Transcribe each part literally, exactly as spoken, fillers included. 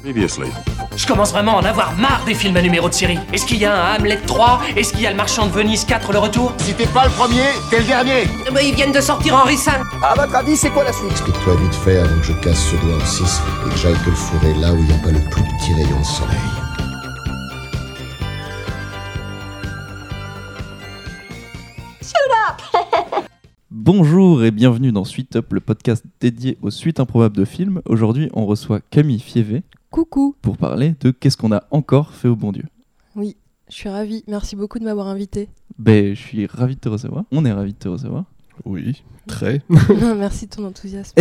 Previously. Je commence vraiment à en avoir marre des films à numéro de série. Est-ce qu'il y a un Hamlet trois? Est-ce qu'il y a le Marchand de Venise quatre, le retour? Si t'es pas le premier, t'es le dernier. Bah, ils viennent de sortir Henri cinq. À votre avis, c'est quoi la suite? Explique-toi vite fait avant que je casse ce doigt en six et que j'aille te le fourrer là où il n'y a pas le plus petit rayon de soleil. Bonjour et bienvenue dans Suite Up, le podcast dédié aux suites improbables de films. Aujourd'hui, on reçoit Camille Fievé. Coucou. Pour parler de qu'est-ce qu'on a encore fait au bon Dieu. Oui, je suis ravie. Merci beaucoup de m'avoir invité. Ben, je suis ravi de te recevoir. On est ravi de te recevoir. Oui, très. Merci de ton enthousiasme.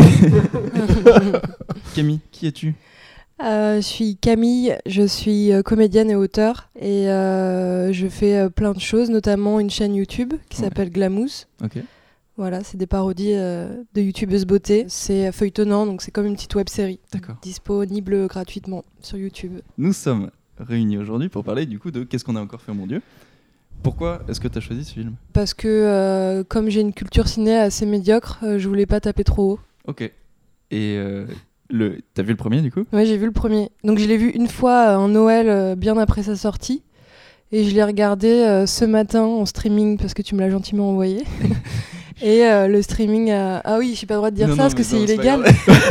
Camille, qui es-tu ? Euh, je suis Camille, je suis euh, comédienne et auteure et euh, je fais euh, plein de choses, notamment une chaîne YouTube qui Ouais. s'appelle Glamous. Ok. Voilà, c'est des parodies euh, de youtubeuses beauté. C'est feuilletonnant, donc c'est comme une petite web-série. D'accord. Disponible gratuitement sur YouTube. Nous sommes réunis aujourd'hui pour parler du coup de qu'est-ce qu'on a encore fait au bon Dieu. Pourquoi est-ce que tu as choisi ce film ? Parce que euh, comme j'ai une culture ciné assez médiocre, euh, je voulais pas taper trop haut. Ok. Et euh, le... t'as vu le premier du coup ? Ouais, j'ai vu le premier. Donc je l'ai vu une fois en Noël, euh, bien après sa sortie. Et je l'ai regardé euh, ce matin en streaming parce que tu me l'as gentiment envoyé. Et euh, le streaming a... Ah oui, j'ai pas le droit de dire Non, ça non, parce que mais c'est non, c'est illégal.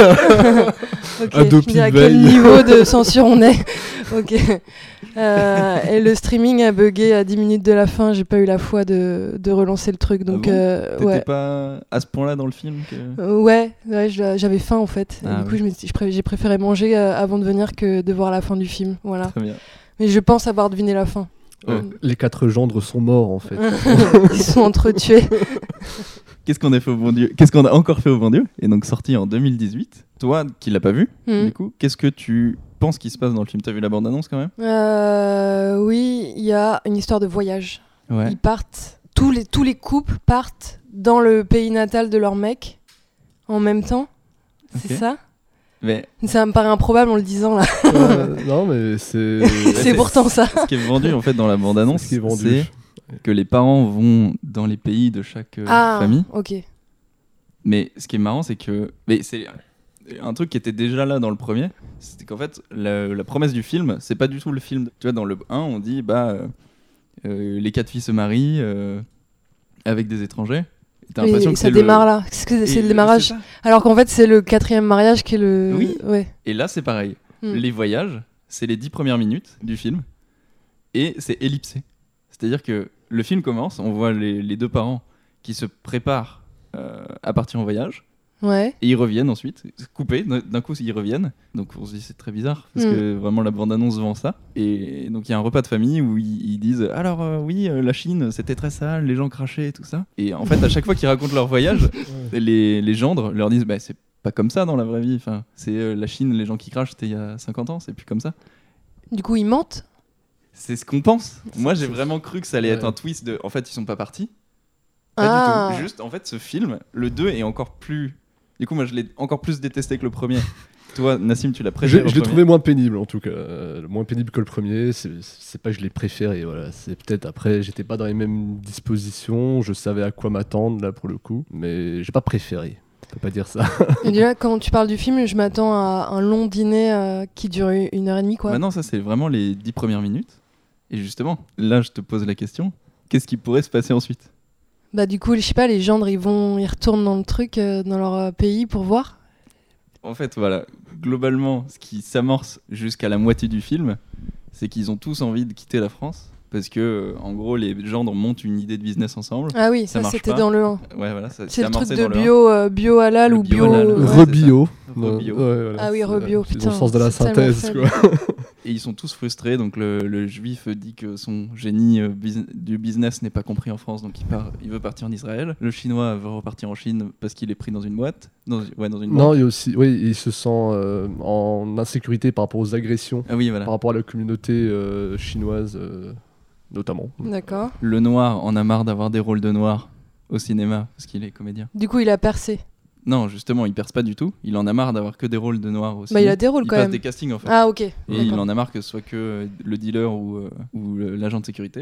Ok, Adopi je me dis à veille. quel niveau de censure on est. Ok. Euh, et le streaming a bugué à dix minutes de la fin. J'ai pas eu la foi de, de relancer le truc. Donc, Ah bon euh, T'étais ouais. pas à ce point-là dans le film que... Euh, ouais, ouais, je- j'avais faim en fait. Et Ah du coup, oui. je me suis- je pré- j'ai préféré manger euh, avant de venir que de voir la fin du film. Voilà. Très bien. Mais je pense avoir deviné la fin. Ouais, les quatre gendres sont morts en fait. Ils sont entretués. Qu'est-ce qu'on a fait au bon Dieu ? Qu'est-ce qu'on a encore fait au bon Dieu ? Et donc sorti en deux mille dix-huit. Toi, qui l'as pas vu, Mm. du coup, qu'est-ce que tu penses qui se passe dans le film ? T'as vu la bande-annonce quand même ? Euh, oui, il y a une histoire de voyage. Ouais. Ils partent, tous les, tous les couples partent dans le pays natal de leur mec en même temps. C'est Ok. ça ? Mais Ça me paraît improbable en le disant là. Euh, non mais c'est. C'est pourtant ça. ce qui est vendu en fait dans la bande-annonce, C'est ce qui est vendu. c'est que les parents vont dans les pays de chaque euh, Ah, famille. ok. Mais ce qui est marrant, c'est que, mais c'est un truc qui était déjà là dans le premier, c'est qu'en fait la, la promesse du film, c'est pas du tout le film. Tu vois, dans le un, on dit bah euh, euh, les quatre filles se marient euh, avec des étrangers. Et t'as Et l'impression que ça c'est démarre le... là. C'est que c'est Et le démarrage. c'est ça. Alors qu'en fait, c'est le quatrième mariage qui est le. Oui. Ouais. Et là, c'est pareil. Hmm. Les voyages, c'est les dix premières minutes du film et c'est ellipsé. C'est-à-dire que le film commence, on voit les, les deux parents qui se préparent euh, à partir en voyage Ouais. et ils reviennent ensuite, coupés, d'un coup ils reviennent. Donc on se dit c'est très bizarre parce Mm. que vraiment la bande-annonce vend ça. Et donc il y a un repas de famille où ils, ils disent alors euh, oui, euh, la Chine c'était très sale, les gens crachaient et tout ça. Et en fait, à chaque fois qu'ils racontent leur voyage, les, les gendres leur disent bah, c'est pas comme ça dans la vraie vie. Enfin, c'est euh, la Chine, les gens qui crachent, c'était il y a cinquante ans, c'est plus comme ça. Du coup, ils mentent. C'est ce qu'on pense. Moi, j'ai c'est- vraiment cru que ça allait être Ouais. un twist de. En fait, ils sont pas partis. Pas Ah. du tout. Juste, en fait, ce film, le deux est encore plus. Du coup, moi, je l'ai encore plus détesté que le premier. Toi, Nassim, tu l'as Je, préféré. je au l'ai premier. trouvé moins pénible en tout cas, Euh, moins pénible que le premier. C'est, c'est pas que je l'ai préféré, voilà. C'est peut-être après, j'étais pas dans les mêmes dispositions, je savais à quoi m'attendre là pour le coup, mais j'ai pas préféré. On peut pas dire ça. Et déjà, quand tu parles du film, je m'attends à un long dîner euh, qui dure une heure et demie, quoi. Maintenant, ça, c'est vraiment les dix premières minutes. Et justement, là, je te pose la question qu'est-ce qui pourrait se passer ensuite ? Bah du coup, je sais pas, les gendres, ils vont, ils retournent dans le truc, euh, dans leur euh, pays pour voir. En fait, voilà, globalement, ce qui s'amorce jusqu'à la moitié du film, c'est qu'ils ont tous envie de quitter la France. Parce que, euh, en gros, les gendres montent une idée de business ensemble. Ah oui, Ça ça, marche c'était pas. dans le un. Ouais, voilà, ça C'est le truc amorcé de dans le un. bio, euh, bio halal Le ou bio bio. halal. ouais. Ouais, Rebio. c'est ça. Rebio. Ouais, voilà, Ah oui, c'est- rebio, c'est putain, dans le sens de la c'est tellement synthèse, faible. quoi. Et ils sont tous frustrés, donc le, le juif dit que son génie euh, bus- du business n'est pas compris en France, donc il, part, il veut partir en Israël. Le chinois veut repartir en Chine parce qu'il est pris dans une boîte. Dans, ouais, dans une Non, banque. il y a aussi, oui, il se sent euh, en insécurité par rapport aux agressions, Ah oui, voilà. par rapport à la communauté euh, chinoise euh, notamment. D'accord. Le noir en a marre d'avoir des rôles de noir au cinéma, parce qu'il est comédien. Du coup, il a percé. Non, justement, il perce pas du tout. Il en a marre d'avoir que des rôles de noir au Bah, cinéma. il a des rôles il quand passe même. des castings en fait. Ah ok. Et il D'accord. en a marre que ce soit que euh, le dealer ou, euh, ou le- l'agent de sécurité.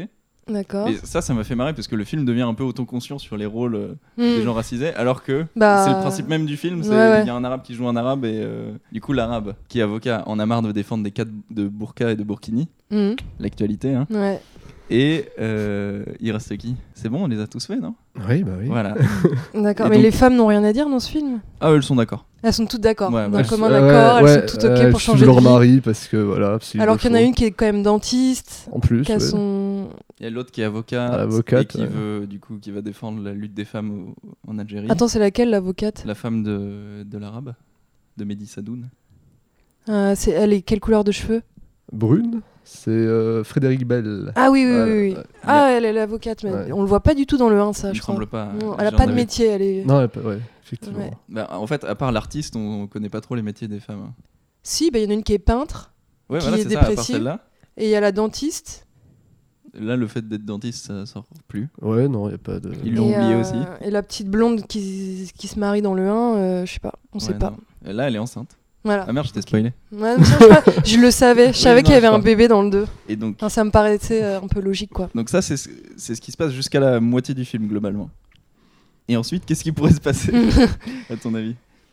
D'accord. Et ça, ça m'a fait marrer parce que le film devient un peu autoconscient sur les rôles euh, Mm. des gens racisés, alors que Bah, c'est le principe même du film. C'est ouais, il ouais. y a un arabe qui joue un arabe et euh, du coup l'arabe qui est avocat en a marre de défendre des cas de, de burqa et de burkini, Mm. l'actualité. Hein. Ouais. Et euh, il reste qui? C'est bon, on les a tous faits, non? Oui, bah oui. Voilà. D'accord. Et Mais donc- les femmes n'ont rien à dire dans ce film? Ah, elles sont d'accord. Elles sont toutes d'accord. Ouais, ouais. D'un Elles commun Euh, accord, ouais, elles sont toutes ok elles pour suivent changer de leur vie. mari parce que voilà. parce qu'il Alors le qu'il y en a faut. une qui est quand même dentiste, En plus. qui a ouais. son... Il y a l'autre qui est avocat Ah, avocate, et qui ouais. veut du coup qui va défendre la lutte des femmes au- en Algérie. Attends, c'est laquelle, l'avocate? La femme de, de l'arabe, de Mehdi Sadoun. Euh, c'est... Elle est quelle couleur de cheveux? Brune, c'est euh, Frédéric Bell. Ah oui, oui, Voilà, oui. oui. ouais. Ah, elle est l'avocate, mais Ouais. on le voit pas du tout dans le un, ça, Il je me crois. semble pas. Non, elle a J'en pas de avais- métier, elle est... Non, ouais, pas- ouais, effectivement. Ouais. Bah, en fait, à part l'artiste, on connaît pas trop les métiers des femmes. hein. Si, bah, il y en a une qui est peintre, Ouais, Qui voilà, est c'est ça. À part dépressive. celle-là, et il y a la dentiste. là, le fait d'être dentiste, ça sort plus. Ouais, non, il n'y a pas de. Ils l'ont et, oublié euh, aussi. Et la petite blonde qui, qui se marie dans le un, euh, je sais pas, on sait Ouais, pas. non. Et là, elle est enceinte. Voilà. Ah merde, je t'ai spoilé. Ouais, mais ça, je, sais pas, je le savais, je Oui, savais non, qu'il y avait je un crois. bébé dans le deux. Et donc, Enfin, ça me paraissait euh, un peu logique, quoi. donc ça, c'est ce- c'est ce qui se passe jusqu'à la moitié du film globalement. Et ensuite, qu'est-ce qui pourrait se passer, à ton avis?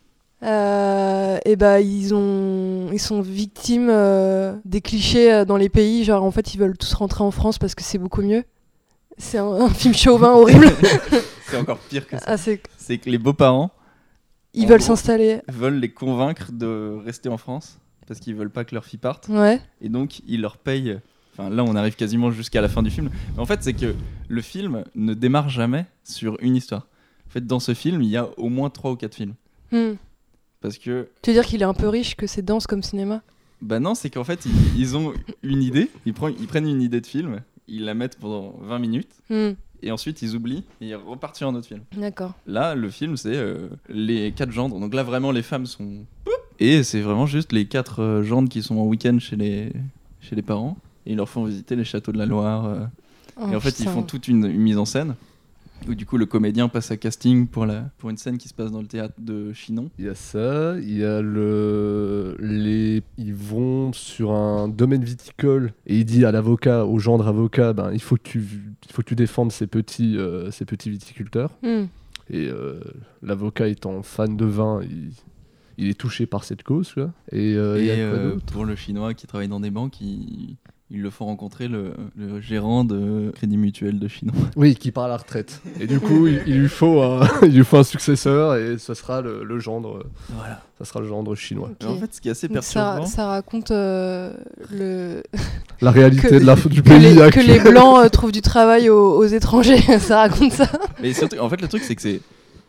Euh, et bah ils ont ils sont victimes euh, des clichés euh, dans les pays, genre en fait ils veulent tous rentrer en France parce que c'est beaucoup mieux. C'est un, un film chauvin horrible. C'est encore pire que ça. Ah, c'est... C'est que les beaux-parents Ils En veulent gros. s'installer. veulent les convaincre de rester en France parce qu'ils veulent pas que leur fille parte. Ouais. Et donc, ils leur payent. Enfin, là, on arrive quasiment jusqu'à la fin du film. Mais en fait, c'est que le film ne démarre jamais sur une histoire. En fait, dans ce film, il y a au moins trois ou quatre films. Hmm. Parce que, Tu veux dire qu'il est un peu riche, que c'est dense comme cinéma? bah non, c'est qu'en fait, ils, ils ont une idée. Ils, prennent, ils prennent une idée de film, ils la mettent pendant vingt minutes, Hmm. et ensuite, ils oublient et ils repartent sur un autre film. D'accord. Là, le film, c'est euh, les quatre gendres. Donc là, vraiment, les femmes sont... Et c'est vraiment juste les quatre euh, gendres qui sont en week-end chez les, chez les parents. Et ils leur font visiter les châteaux de la Loire. euh. Oh, et en fait, ils putain. font toute une, une mise en scène. Où du coup, le comédien passe à casting pour, la, pour une scène qui se passe dans le théâtre de Chinon. Il y a ça, il y a le. Les... Ils vont sur un domaine viticole et il dit à l'avocat, au gendre avocat, ben, il, faut que tu... il faut que tu défendes ces petits, euh, ces petits viticulteurs. Hmm. Et euh, l'avocat étant fan de vin, il... il est touché par cette cause. Quoi. Et euh, il y a et quoi euh, d'autre pour le chinois qui travaille dans des banques, ils, ils le font rencontrer le, le gérant de Crédit Mutuel de Chinon. Oui, qui part à la retraite. Et du coup, il, il lui faut un... il lui faut un successeur et ce sera le, le gendre. Voilà. Ça sera le gendre chinois. Ok. Mais en fait, ce qui est assez Donc ça, perturbant... ça raconte euh, le... La réalité Que- de la... du que, pays les, que actuel. les blancs euh, trouvent du travail aux, aux étrangers. Ça raconte ça. Mais surtout, en fait, le truc, c'est que c'est.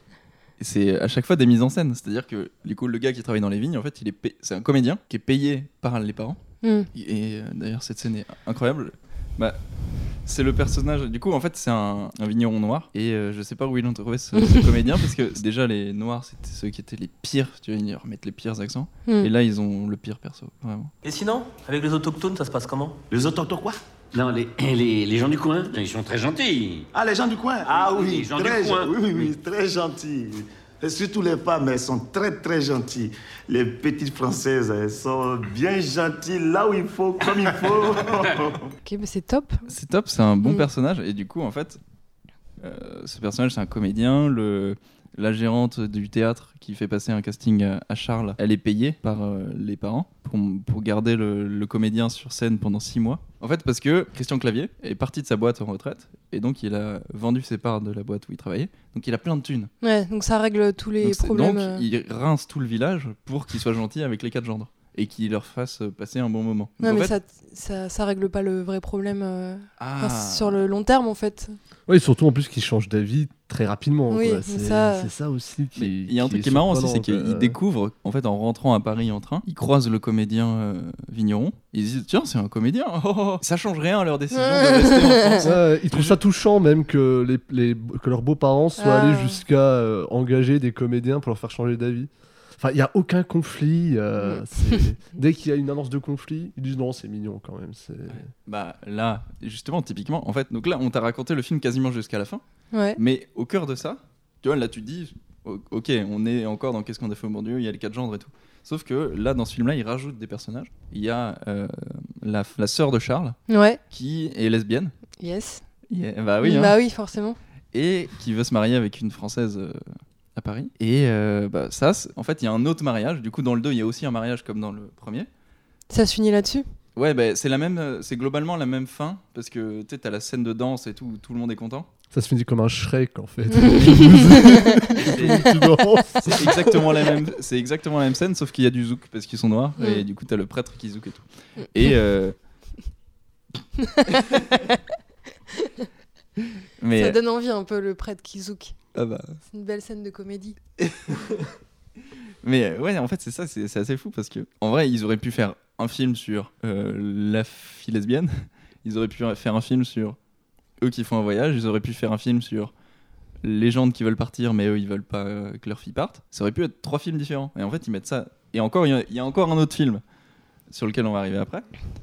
C'est à chaque fois des mises en scène. C'est-à-dire que du coup, le gars qui travaille dans les vignes, en fait, il est pay- c'est un comédien qui est payé par les parents. Hmm. Et euh, d'ailleurs, cette scène est incroyable. Bah, c'est le personnage. Du coup, en fait, c'est un, un vigneron noir. Et euh, je sais pas où ils ont trouvé ce, ce comédien parce que déjà, les noirs, c'était ceux qui étaient les pires. Tu vois, ils remettent les pires accents. Hmm. Et là, ils ont le pire perso, vraiment. Et sinon, avec les autochtones, ça se passe comment? Les autochtones quoi? Non, les, les, les gens du coin, ils sont très gentils. Ah, les gens du coin? Ah oui, Les gens très du coin. gen- Oui, oui, oui, très gentils. Et surtout les femmes, elles sont très très gentilles. Les petites françaises, elles sont bien gentilles là où il faut, comme il faut. Ok, mais c'est top. C'est top, c'est un bon Mm. personnage. Et du coup, en fait, euh, ce personnage, c'est un comédien. Le, la gérante du théâtre qui fait passer un casting à, à Charles, elle est payée par euh, les parents pour, pour garder le, le comédien sur scène pendant six mois. En fait, parce que Christian Clavier est parti de sa boîte en retraite. Et donc, il a vendu ses parts de la boîte où il travaillait. Donc, il a plein de thunes. Ouais, donc ça règle tous les donc, c'est- problèmes. donc, euh. il rince tout le village pour qu'il soit gentil avec les quatre gendres. Et qu'il leur fasse passer un bon moment. Non, Donc, en mais fait- ça, ça, ça règle pas le vrai problème euh, Ah. enfin, sur le long terme en fait. Oui, surtout en plus qu'il change d'avis très rapidement. Oui, quoi. mais C'est ça- c'est ça aussi qui. Mais il y a un truc qui est marrant aussi, c'est qu'il découvre, en fait, en rentrant à Paris en train, il croise le comédien euh, vigneron. Ils se disent, tiens, c'est un comédien. Oh, oh, oh. Ça change rien à leur décision de rester en France. Ouais, ils trouvent ça touchant même que, les, les- que leurs beaux-parents soient Ah. allés jusqu'à euh, engager des comédiens pour leur faire changer d'avis. Enfin, il n'y a aucun conflit. euh, Mm. c'est- Dès qu'il y a une annonce de conflit, ils disent non, c'est mignon quand même. c'est- Bah là, justement, typiquement, en fait, donc là, on t'a raconté le film quasiment jusqu'à la fin. Ouais. Mais au cœur de ça, tu vois, là, tu te dis, o- ok, on est encore dans Qu'est-ce qu'on a fait au bon Dieu, il y a les quatre gendres et tout. Sauf que là, dans ce film-là, il rajoute des personnages. Il y a euh, la, la sœur de Charles, Ouais. qui est lesbienne. Yes. Yeah, bah oui. Hein. Bah oui, forcément. Et qui veut se marier avec une Française euh, à Paris. Et euh, bah, ça, c'est... en fait, il y a un autre mariage. Du coup, dans le deux, il y a aussi un mariage comme dans le premier. Ça se finit là-dessus ? Ouais, bah, c'est, la même, c'est globalement la même fin. Parce que tu sais, t'as la scène de danse et tout, où tout le monde est content. Ça se finit comme un Shrek en fait. c'est, exactement la même, c'est exactement la même scène, sauf qu'il y a du zouk parce qu'ils sont noirs. Mm. Et du coup, t'as le prêtre qui zouk et tout. Et. Euh... Mais ça donne envie un peu le prêtre qui zouk. Ah bah. C'est une belle scène de comédie. Mais euh, ouais, en fait, c'est ça, c'est, c'est assez fou parce que en vrai, ils auraient pu faire un film sur euh, la fille lesbienne. Ils auraient pu faire un film sur eux qui font un voyage. Ils auraient pu faire un film sur les gens qui veulent partir, mais eux, ils veulent pas euh, que leur fille parte. Ça aurait pu être trois films différents. Et en fait, ils mettent ça. Et encore, il y, y a encore un autre film sur lequel on va arriver après.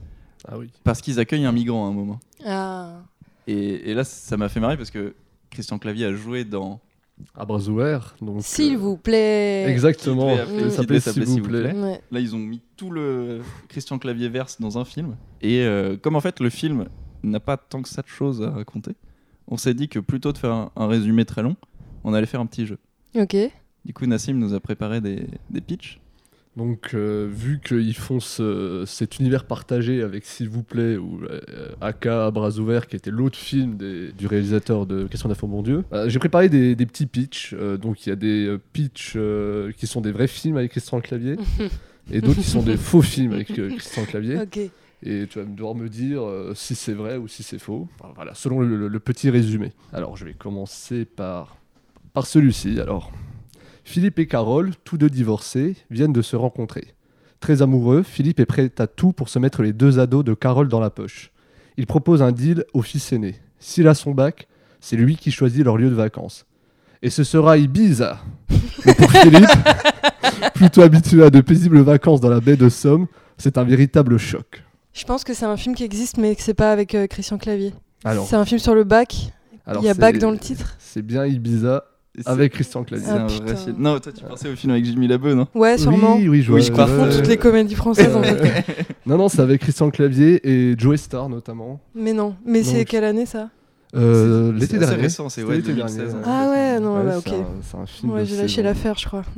Ah oui. Parce qu'ils accueillent un migrant à un moment. Ah. Et, et là, ça m'a fait marrer parce que Christian Clavier a joué dans À bras ouverts. Donc, s'il euh... vous plaît. Exactement. Mmh. Ça s'appelait S'il vous plaît. Ouais. Là, ils ont mis tout le Christian Clavier verse dans un film. Et euh, comme en fait, le film n'a pas tant que ça de choses à raconter, on s'est dit que plutôt de faire un, un résumé très long, on allait faire un petit jeu. Ok. Du coup, Nassim nous a préparé des, des pitchs. Donc, euh, vu qu'ils font ce, cet univers partagé avec S'il vous plaît ou euh, Aka à bras ouverts, qui était l'autre film des, du réalisateur de Question d'un faux bon Dieu, euh, j'ai préparé des, des petits pitchs. Euh, donc, il y a des euh, pitchs euh, qui sont des vrais films avec Christian Clavier et d'autres qui sont des faux films avec euh, Christian Clavier. Ok. Et tu vas devoir me dire euh, si c'est vrai ou si c'est faux. Enfin, voilà, selon le, le, le petit résumé. Alors, je vais commencer par, par celui-ci. Alors. Philippe et Carole, tous deux divorcés, viennent de se rencontrer. Très amoureux, Philippe est prêt à tout pour se mettre les deux ados de Carole dans la poche. Il propose un deal au fils aîné. S'il a son bac, c'est lui qui choisit leur lieu de vacances. Et ce sera Ibiza. Mais pour Philippe, plutôt habitué à de paisibles vacances dans la baie de Somme, c'est un véritable choc. Je pense que c'est un film qui existe, mais que c'est pas avec euh, Christian Clavier. Alors, c'est un film sur le bac. alors Il y a bac dans le titre. C'est bien Ibiza. C'est... Avec Christian Clavier. C'est un vrai film. Non, toi, tu pensais au film avec Jimmy Labeu, non ? Ouais, sûrement. Oui, oui, je, oui, je vois, confonds euh... toutes les comédies françaises en fait. Non, non, c'est avec Christian Clavier et Joey Starr notamment. Mais non, mais Donc, c'est quelle année ça ? euh, c'est, L'été c'est dernier. C'est récent, c'est ouais, l'été deux mille seize. dernier. Ah ouais, non, ouais, bah, ok. C'est un, c'est un film ouais, de j'ai lâché saison. l'affaire, je crois.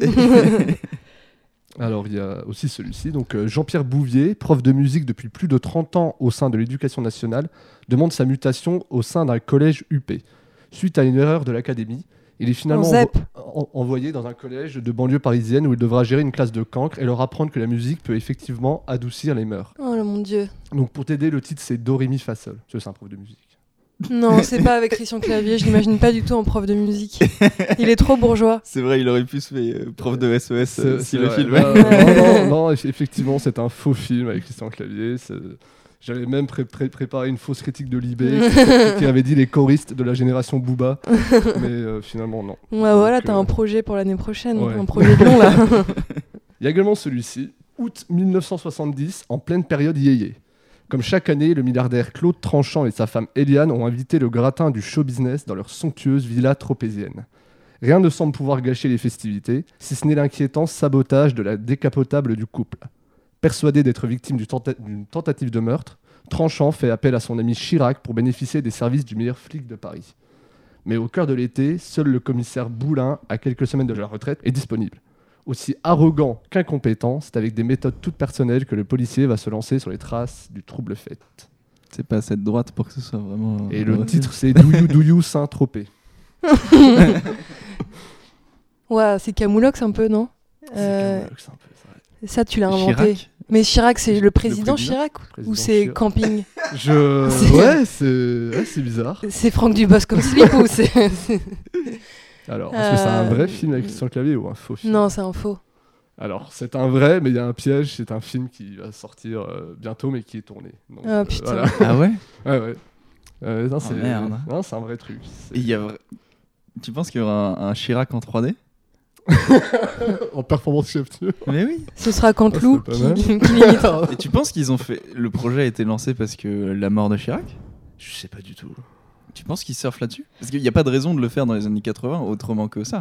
Alors, il y a aussi celui-ci. Donc, euh, Jean-Pierre Bouvier, prof de musique depuis plus de trente ans au sein de l'Éducation nationale, demande sa mutation au sein d'un collège U P. Suite à une erreur de l'académie, il est finalement envo- en- envoyé dans un collège de banlieue parisienne où il devra gérer une classe de cancre et leur apprendre que la musique peut effectivement adoucir les mœurs. Oh là, mon Dieu. Donc, pour t'aider, le titre, c'est Do, Ré, Mi, Fa, Sol. Parce que c'est un prof de musique. Non, c'est pas avec Christian Clavier, je l'imagine pas du tout en prof de musique. Il est trop bourgeois. C'est vrai, il aurait pu se faire euh, prof de S O S euh, si le vrai. film. Non, non, non, non, effectivement, c'est un faux film avec Christian Clavier. C'est... J'avais même pré- pré- préparé une fausse critique de Libé qui, qui avait dit les choristes de la génération Booba, mais euh, finalement non. Ouais, voilà, Donc, t'as euh... un projet pour l'année prochaine, ouais. un projet de long là. Il y a également celui-ci, août dix-neuf cent soixante-dix, en pleine période yéyé. Comme chaque année, le milliardaire Claude Tranchant et sa femme Eliane ont invité le gratin du show business dans leur somptueuse villa tropézienne. Rien ne semble pouvoir gâcher les festivités, si ce n'est l'inquiétant sabotage de la décapotable du couple. Persuadé d'être victime du tenta- d'une tentative de meurtre, Tranchant fait appel à son ami Chirac pour bénéficier des services du meilleur flic de Paris. Mais au cœur de l'été, seul le commissaire Boulin, à quelques semaines de la retraite, est disponible. Aussi arrogant qu'incompétent, c'est avec des méthodes toutes personnelles que le policier va se lancer sur les traces du trouble fait. C'est pas assez de droite pour que ce soit vraiment... Et le titre, c'est Do You Do You Saint-Tropez. Ouais, c'est Camoulox un peu, non ? C'est euh... Camoulox un peu, c'est vrai. Ça, tu l'as inventé. Chirac. Mais Chirac, c'est le président, président Chirac président ou c'est Chirac. Camping ? Je... C'est- Ouais, c'est... ouais, c'est bizarre. C'est Franck Dubosc comme slip ou c'est... Alors, est-ce que c'est un Euh, vrai film avec Christian Clavier ou un faux film ? Non, c'est un faux. Alors, c'est un vrai, mais il y a un piège. C'est un film qui va sortir euh, bientôt, mais qui est tourné. Donc, Ah, putain. voilà. Ah ouais. Ouais, ouais. Euh, non, Oh, c'est... merde. non, c'est un vrai truc. C'est- Et il y a... vra- Tu penses qu'il y aura un, un Chirac en trois D ? en performance capture. Mais oui. Ce sera Canteloup Ah, qui, c'est pas mal. qui limite. Et tu penses qu'ils ont fait... Le projet a été lancé parce que la mort de Chirac ? Je sais pas du tout. Tu penses qu'ils surfent là-dessus ? Parce qu'il n'y a pas de raison de le faire dans les années quatre-vingts autrement que ça.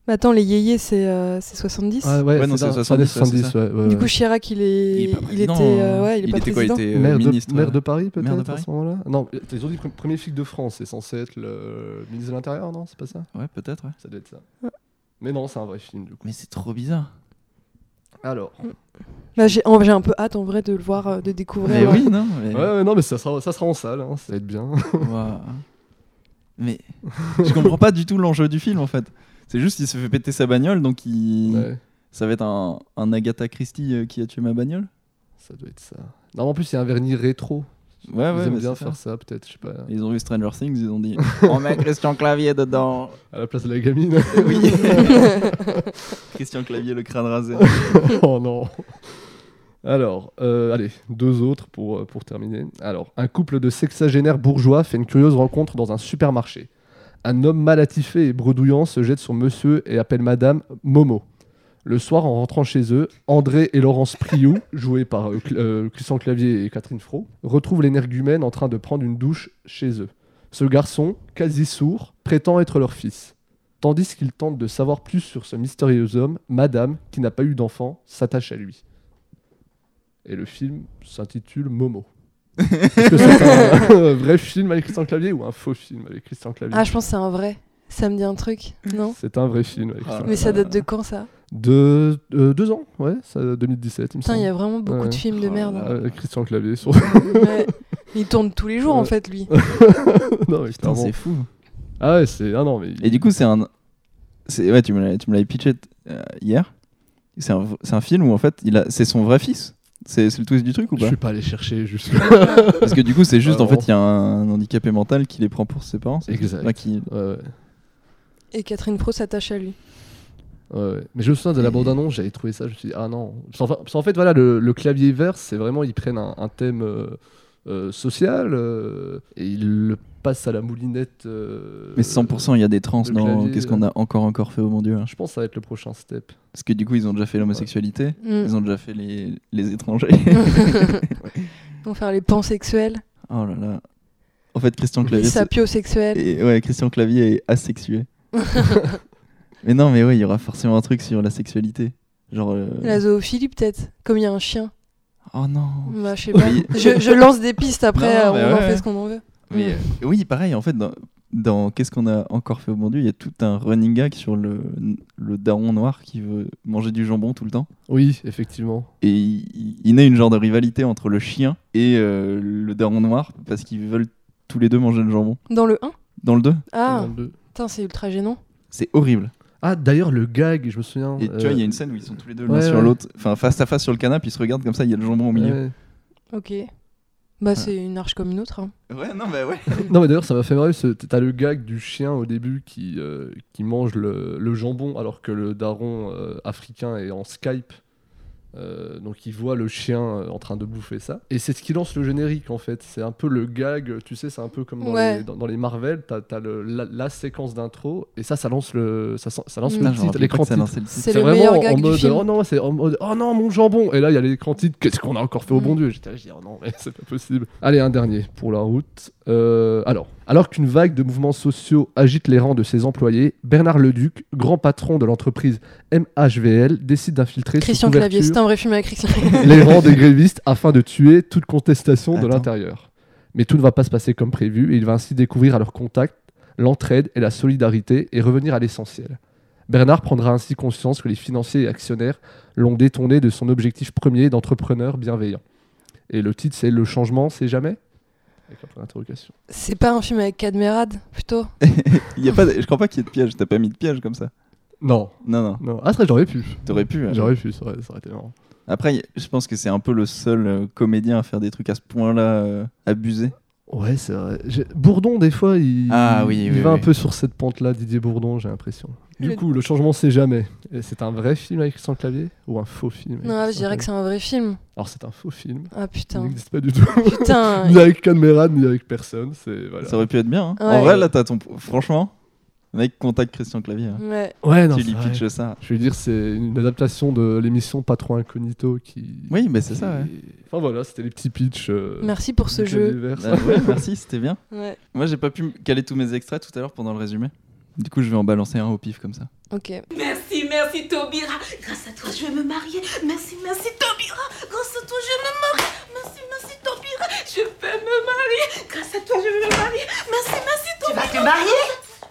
Mais attends, les yéyés, c'est, euh, c'est soixante-dix. Ah ouais, Ouais, non, c'est c'est dans- soixante-dix, soixante-dix, ouais, c'est ouais, ouais, Du ouais. coup, Chirac, il est, Il est pas il président, était, euh, hein. ouais, il est Il pas était quoi, il président. était- maire, ministre, de, maire ouais. de Paris peut-être Maire de à Paris ce moment-là. Non, ils ont dit pr- premier flic de France, c'est censé être le ministre de l'Intérieur, non? C'est pas ça? Ouais, peut-être, ouais. Ça doit être ça. Mais non, c'est un vrai film du coup. Mais c'est trop bizarre. Alors. Bah, j'ai, en- j'ai un peu hâte en vrai de le voir, euh, de découvrir. Mais euh, oui, non mais... Ouais, ouais, non, mais ça sera, ça sera en salle, hein, ça va être bien. Ouah. Mais je comprends pas du tout l'enjeu du film en fait. C'est juste qu'il se fait péter sa bagnole, donc il... Ouais, ça va être un, un Agatha Christie euh, qui a tué ma bagnole. ça doit être ça. Non, en plus, il y a un vernis rétro. Ouais, ouais, Ils aiment mais bien c'est faire ça. ça, peut-être, je sais pas. Ils ont vu Stranger Things, ils ont dit on met Christian Clavier dedans. À la place de la gamine. Oui. Christian Clavier, le crâne rasé. Oh non. Alors, euh, allez, deux autres pour, euh, pour terminer. Alors, un couple de sexagénaires bourgeois fait une curieuse rencontre dans un supermarché. Un homme mal attifé et bredouillant se jette sur monsieur et appelle madame Momo. Le soir, en rentrant chez eux, André et Laurence Priou, joués par euh, Cl- euh, Christian Clavier et Catherine Fro, retrouvent l'énergumène en train de prendre une douche chez eux. Ce garçon, quasi sourd, prétend être leur fils. Tandis qu'il tente de savoir plus sur ce mystérieux homme, madame, qui n'a pas eu d'enfant, s'attache à lui. Et le film s'intitule Momo. Est-ce que c'est un, un vrai film avec Christian Clavier ou un faux film avec Christian Clavier? Ah, je pense que c'est un vrai. Ça me dit un truc, non? C'est un vrai film avec Christian Mais ça Clavier. date de quand ça? De euh, deux ans, ouais, ça, deux mille dix-sept, il me Putain, il semble. y a vraiment beaucoup Ouais. de films de Oh merde. là hein. là. Euh, Christian Clavier sur. Ouais. Il tourne tous les jours en Ouais. fait, lui. Non, mais Putain, clairement. c'est fou. Ah ouais, c'est. Ah non, mais. Et du coup, c'est un. C'est... Ouais, tu me l'avais, tu me l'avais pitché euh, hier. C'est un, c'est un film où en fait, il a... c'est son vrai fils. C'est, c'est le twist du truc ou Je pas? suis pas allé chercher juste. Parce que du coup, c'est juste Ah, en fait, il y a un handicapé mental qui les prend pour ses parents. C'est ça Exact. Enfin, qui... Ouais, ouais. Et Catherine Fro s'attache à lui. Ouais, ouais. Mais je me souviens de la bande-annonce, j'avais trouvé ça, je me suis dit, ah non. Parce qu'en fait, parce qu'en fait, voilà, le, le clavier vert, c'est vraiment, ils prennent un, un thème euh, euh, social euh, et ils le passent à la moulinette. euh, Mais cent pour cent, il y a des trans le dans clavier, Qu'est-ce qu'on a encore encore fait, oh mon dieu. hein. Je pense que ça va être le prochain step. Parce que du coup, ils ont déjà fait l'homosexualité, Mm. ils ont déjà fait les, les étrangers. Ils vont faire les pansexuels, Oh là là. En fait, Christian les Clavier. c'est- sapiosexuels. et, ouais, Christian Clavier est asexué. Mais non, mais ouais, il y aura forcément un truc sur la sexualité. Genre. euh, La zoophilie peut-être, comme il y a un chien. Oh non. Bah, je sais pas. Oui. je, je lance des pistes après, Non, euh, mais on en ouais. fait ce qu'on en veut. Mais, euh, oui, pareil, en fait, dans, dans Qu'est-ce qu'on a encore fait au bon Dieu, il y a tout un running gag sur le, le daron noir qui veut manger du jambon tout le temps. Oui, effectivement. Et il, il naît une genre de rivalité entre le chien et euh, le daron noir parce qu'ils veulent tous les deux manger le jambon. Dans le un? Dans le deux, Ah, Dans le deux. putain, c'est ultra gênant. c'est horrible. Ah, d'ailleurs, le gag, je me souviens. Et tu euh, vois, il y a une scène où ils sont tous les deux l'un ouais, sur ouais. l'autre, enfin face à face sur le canapé, ils se regardent comme ça, il y a le jambon au milieu. ouais. Ok. Bah, c'est une arche comme une autre. hein. Ouais, non, bah ouais. Non, mais d'ailleurs, ça m'a fait marrer. ce- T'as le gag du chien au début qui, euh, qui mange le, le jambon alors que le daron euh, africain est en Skype. Euh, donc il voit le chien euh, en train de bouffer ça. Et c'est ce qui lance le générique en fait. C'est un peu le gag, tu sais, c'est un peu comme dans, Ouais. les, dans, dans les Marvel. T'as as le, la, la séquence d'intro et ça, ça lance le, ça, ça lance Mm. le Putain, je me titre, rappelais pas l'écran que ça titre. lançait le titre. C'est C'est le vraiment meilleur en gag du mode film. oh non, c'est en mode oh non mon jambon et là il y a l'écran titre qu'est-ce qu'on a encore fait au Mm. bon Dieu. J'étais là, je dis oh non mais c'est pas possible. Allez un dernier pour la route. Euh, alors alors qu'une vague de mouvements sociaux agite les rangs de ses employés, Bernard Leduc, grand patron de l'entreprise M H V L, décide d'infiltrer sous Christian Clavier, couverture c'est un vrai film avec Christian les rangs des grévistes afin de tuer toute contestation de Attends. l'intérieur. Mais tout ne va pas se passer comme prévu et il va ainsi découvrir à leur contact l'entraide et la solidarité et revenir à l'essentiel. Bernard prendra ainsi conscience que les financiers et actionnaires l'ont détourné de son objectif premier d'entrepreneur bienveillant. Et le titre c'est Le changement, c'est jamais Avec un point d'interrogation. C'est pas un film avec Cadmerade, plutôt? Il y a pas de- Je crois pas qu'il y ait de piège, t'as pas mis de piège comme ça. Non, Non, non, non. Ah, ça j'aurais pu. t'aurais pu. hein. J'aurais pu, ça aurait, ça aurait été marrant. Après, y- je pense que c'est un peu le seul euh, comédien à faire des trucs à ce point-là euh, abusés. Ouais, c'est vrai. J'ai- Bourdon, des fois, il, Ah oui, il oui, va oui. un peu sur cette pente-là, Didier Bourdon, j'ai l'impression. Du Le- coup, le changement, c'est jamais. Et c'est un vrai film avec Christian Clavier ou un faux film avec Non, je Christian dirais que c'est Clavier un vrai film. Alors, c'est un faux film. Ah Il putain. n'existe pas du tout. Putain. ni avec Cadmerade, ni avec personne. C'est, voilà. Ça aurait pu être bien. hein. Ouais. En vrai, là, t'as ton. Franchement, mec, contacte Christian Clavier. hein. Ouais. Ouais, non, Tu c'est lui vrai. pitches ça. Je veux dire, c'est une adaptation de l'émission Patron Incognito qui. Oui, mais c'est ça, ouais. Enfin voilà, c'était les petits pitchs. euh, Merci pour ce du clavier jeu. vert. Bah ouais, merci, c'était bien. Ouais. Moi, j'ai pas pu me caler tous mes extraits tout à l'heure pendant le résumé. Du coup, je vais en balancer un au pif comme ça. Ok. Merci, merci Taubira. Grâce à toi, je vais me marier. Merci, merci Taubira. Grâce à toi, je vais me marier. Merci, merci Taubira. Je vais me marier. Grâce à toi, je vais me marier. Merci, merci Taubira. Tu vas te marier ?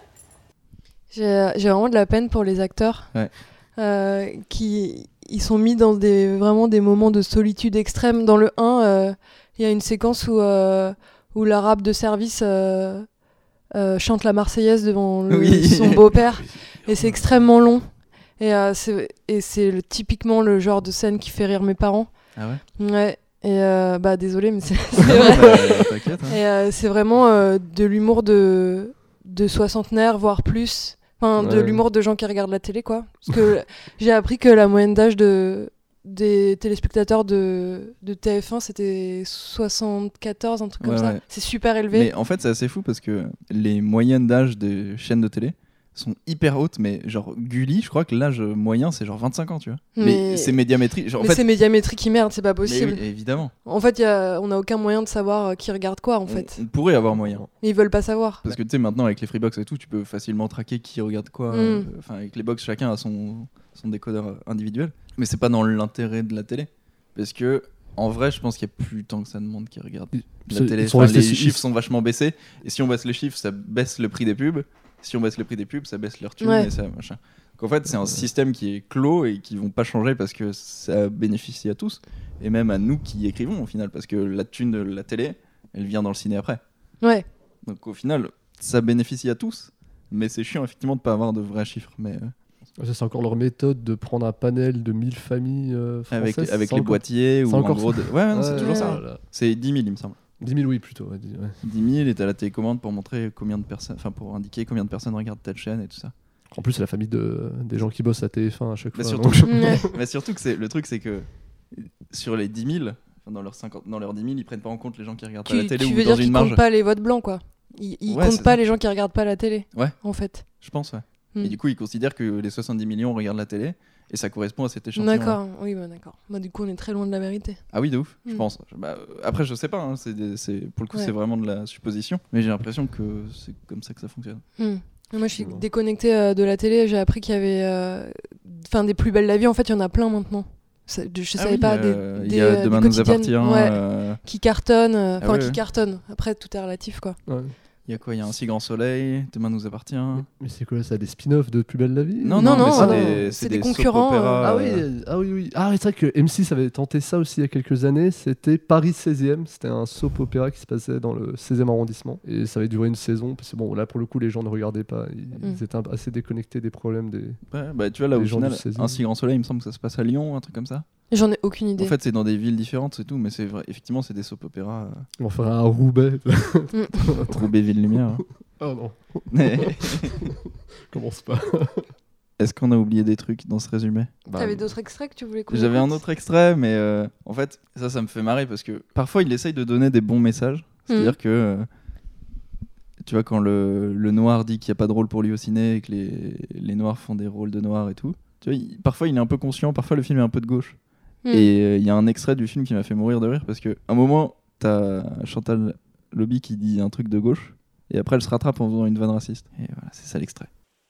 J'ai, j'ai vraiment de la peine pour les acteurs Ouais. euh, qui ils sont mis dans des, vraiment des moments de solitude extrême. Dans le un, euh, il y a une séquence où, euh, où l'arabe de service euh, euh, chante la Marseillaise devant le- Oui. son beau-père. Et c'est extrêmement long. Et, euh, c'est, et c'est le- typiquement le genre de scène qui fait rire mes parents. Ah ouais. Ouais. Et euh, bah désolé, mais c'est, c'est vrai. Bah, t'inquiète. Hein. Et euh, c'est vraiment euh, de l'humour de, de soixantenaires, voire plus. Enfin, de Ouais. l'humour de gens qui regardent la télé, quoi. Parce que j'ai appris que la moyenne d'âge de, des téléspectateurs de, de T F un, c'était soixante-quatorze, un truc comme Ouais, ça. ouais. C'est super élevé. Mais en fait, c'est assez fou parce que les moyennes d'âge des chaînes de télé sont hyper hautes, mais genre Gulli, je crois que l'âge moyen c'est genre vingt-cinq ans, tu vois. Mais, Mais- c'est médiamétrie. Genre, en Mais fait... c'est médiamétrie qui merde, c'est pas Mais possible. oui, évidemment. En fait, y a, on n'a aucun moyen de savoir euh, qui regarde quoi, en fait. On, on pourrait avoir moyen. Et ils veulent pas savoir. Parce que tu sais, maintenant avec les Freebox et tout, tu peux facilement traquer qui regarde quoi. Mm. euh, Enfin, avec les box, chacun a son, son décodeur euh, individuel. Mais c'est pas dans l'intérêt de la télé. Parce que, en vrai, je pense qu'il y a plus tant que ça de monde qui regarde Ils- la ils télé. sont Enfin, restés les su- chiffres sont vachement baissés. Et si on baisse les chiffres, ça baisse le prix des pubs. Si on baisse le prix des pubs, ça baisse leur thune Ouais. et ça machin. Donc en fait, c'est un système qui est clos et qui vont pas changer parce que ça bénéficie à tous. Et même à nous qui écrivons au final. Parce que la thune de la télé, elle vient dans le ciné après. Ouais. Donc au final, ça bénéficie à tous. Mais c'est chiant effectivement de pas avoir de vrais chiffres. Mais euh, Ça, c'est encore leur méthode de prendre un panel de mille familles euh, avec, françaises. avec c'est les encore- boîtiers c'est ou en encore gros. ça. de- Ouais, non, c'est Ouais, toujours ça. voilà. C'est dix mille, il me semble. dix mille, oui, plutôt. Ouais, dix- ouais. dix mille et t'as la télécommande pour montrer combien de personnes, enfin pour indiquer combien de personnes regardent telle chaîne et tout ça. En plus, c'est la famille de, des gens qui bossent à T F un à chaque Mais fois. surtout, donc- Ouais. mais surtout que c'est le truc, c'est que sur les dix mille, enfin, dans leurs cinquante, dans leurs dix mille, ils prennent pas en compte les gens qui regardent pas Tu, la télé tu ou veux dans dire une qu'ils marge. comptent pas les votes blancs, quoi. Ils, ils Ouais, comptent c'est pas ça. les gens qui regardent pas la télé. Ouais. En fait. Je pense, ouais. Hmm. Et du coup, ils considèrent que les soixante-dix millions regardent la télé et ça correspond à cet échantillon. D'accord. Oui, bah d'accord. Bah, du coup, on est très loin de la vérité. Ah oui, de ouf, je Mm. pense. Bah, euh, après, je sais pas, hein, c'est des- c'est- pour le coup, Ouais. c'est vraiment de la supposition, mais j'ai l'impression que c'est comme ça que ça fonctionne. Hmm. Moi, je suis Bon. déconnectée euh, de la télé. J'ai appris qu'il y avait, euh, enfin, des plus belles la vie. En fait, il y en a plein maintenant. Ça- Je, je Ah savais oui, pas euh, des, il des, y a euh, Demain des nous appartient. quotidiennes, ouais, euh, qui cartonnent. euh, Enfin, Ah ouais, qui ouais. cartonnent. Après, tout est relatif, quoi. Ouais. Il y a quoi Il y a Un si grand soleil, Demain nous appartient. Mais c'est quoi ça, des spin-offs de Plus belle la vie Non, Non, non, mais non, c'est euh, des, c'est des soap concurrents, opéras, Ah euh, oui, euh, ah oui, oui. Ah, c'est vrai que M six avait tenté ça aussi il y a quelques années. C'était Paris seizième. C'était un soap opéra qui se passait dans le seizième arrondissement. Et ça avait duré une saison. Parce que bon, là, pour le coup, les gens ne regardaient pas. Ils, Mm. ils étaient un- assez déconnectés des problèmes des. Ouais, bah, tu vois, là, Les au gens final, du seizième. Un si grand soleil, il me semble que ça se passe à Lyon, un truc comme ça. J'en ai aucune idée. En fait, c'est dans des villes différentes, c'est tout, mais c'est vrai, effectivement, c'est des soap opéras. On ferait un Roubaix. Euh, Roubaix Ville Lumière. hein. Oh non, Mais commence pas. est-ce qu'on a oublié des trucs dans ce résumé T'avais d'autres extraits que tu voulais qu'on J'avais un écoute autre extrait, mais euh, en fait, ça, ça me fait marrer parce que parfois, il essaye de donner des bons messages. C'est-à-dire Mhm. que, euh, tu vois, quand le, le noir dit qu'il n'y a pas de rôle pour lui au ciné et que les, les noirs font des rôles de noirs et tout, tu vois, il- parfois, il est un peu conscient, parfois, le film est un peu de gauche. Hmm. Et euh, il y a un extrait du film qui m'a fait mourir de rire parce qu'à un moment, t'as Chantal Lobby qui dit un truc de gauche et après, elle se rattrape en faisant une vanne raciste. Et voilà, c'est ça l'extrait.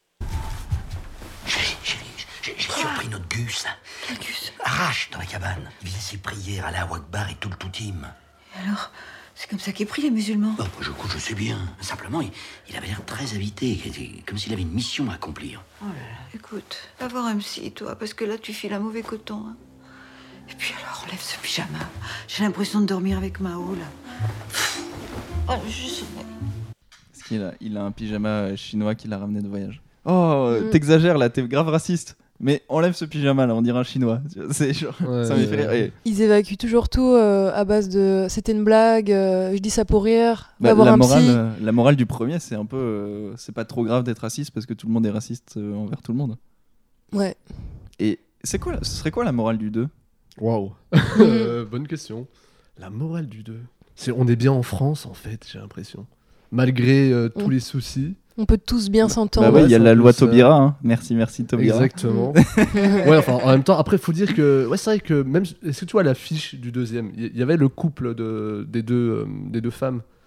Chérie, chérie, j'ai j'ai surpris notre Gus. Quel Gus ? Arrache dans la cabane. Il faisait ses prières à la Wakbar et tout le toutim. Et alors, c'est comme ça qu'est pris les musulmans ? Oh, je, je sais bien. Simplement, il, il avait l'air très habité, comme s'il avait une mission à accomplir. Oh là là. Écoute, va voir M C, toi, parce que là, tu files un mauvais coton. Hein. Et puis alors, enlève ce pyjama. J'ai l'impression de dormir avec Mao, là. Oh, je sais. Parce qu'il a, il a un pyjama euh, chinois qu'il a ramené de voyage. Oh, euh, Mm. t'exagères là, t'es grave raciste. Mais enlève ce pyjama là, on dirait un chinois. Tu vois, C'est genre, Ouais, ça me fait ouais. rire. Et, Ils évacuent toujours tout euh, à base de c'était une blague, euh, je dis ça pour rire, bah, va voir la, un morale, psy. euh, la morale du premier, c'est un peu. euh, c'est pas trop grave d'être raciste parce que tout le monde est raciste euh, envers tout le monde. Ouais. Et c'est quoi, la- ce serait quoi la morale du deux? Waouh. Euh, Bonne question. La morale du deux. C'est, on est bien en France, en fait, j'ai l'impression. Malgré euh, tous Mm. les soucis. On peut tous bien Bah s'entendre. ouais, il y a c'est la un peu loi ça. Taubira. Hein. Merci, merci Taubira. Exactement. Ouais, enfin, en même temps, après, faut dire que, ouais, c'est vrai que même, est-ce que tu vois l'affiche du deuxième, il y, y avait le couple de, des deux, euh, des deux femmes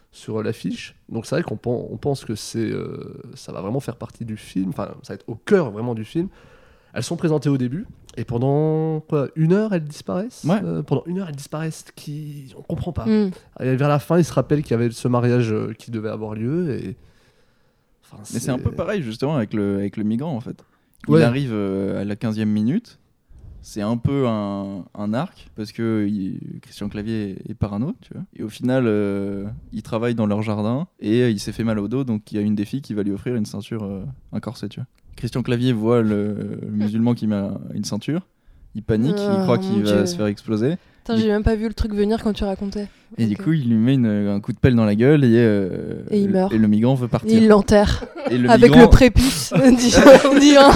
sur l'affiche. Donc c'est vrai qu'on pen- on pense que c'est, euh, ça va vraiment faire partie du film, enfin ça va être au cœur vraiment du film. Elles sont présentées au début et pendant quoi, une heure elles disparaissent. Ouais. Euh, pendant une heure elles disparaissent, qui on comprend pas. Mm. Et vers la fin ils se rappellent qu'il y avait ce mariage euh, qui devait avoir lieu et. Enfin, Mais c'est un peu pareil justement avec le, avec le migrant en fait. Il Ouais. arrive euh, à la quinzième minute, c'est un peu un, un arc parce que il- Christian Clavier est parano, tu vois. Et au final, euh, ils travaillent dans leur jardin et euh, il s'est fait mal au dos, donc il y a une des filles qui va lui offrir une ceinture, euh, un corset, tu vois. Christian Clavier voit le, le musulman qui met un- une ceinture, il panique, Oh, il croit mon qu'il va Dieu. se faire exploser. Putain, j'ai même pas vu le truc venir quand tu racontais. Et Ok. du coup, il lui met une- un coup de pelle dans la gueule et, euh, Et il meurt. et le migrant veut partir. Il l'enterre. Et le Avec migrant- le prépuce. dit, dit un.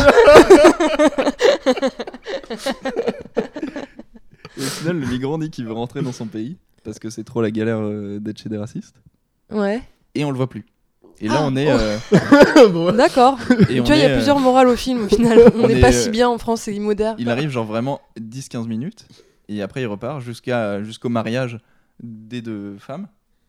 Et au final, le migrant dit qu'il veut rentrer dans son pays parce que c'est trop la galère euh, d'être chez des racistes. Ouais. Et on le voit plus. Et là, Ah. on est. euh, D'accord. Et Tu on vois, il y a est, euh, plusieurs morales au film au final. On on n'est est, pas euh, si bien en France, c'est immoderne. Il arrive genre vraiment dix quinze minutes et après il repart jusqu'à, jusqu'au mariage des deux femmes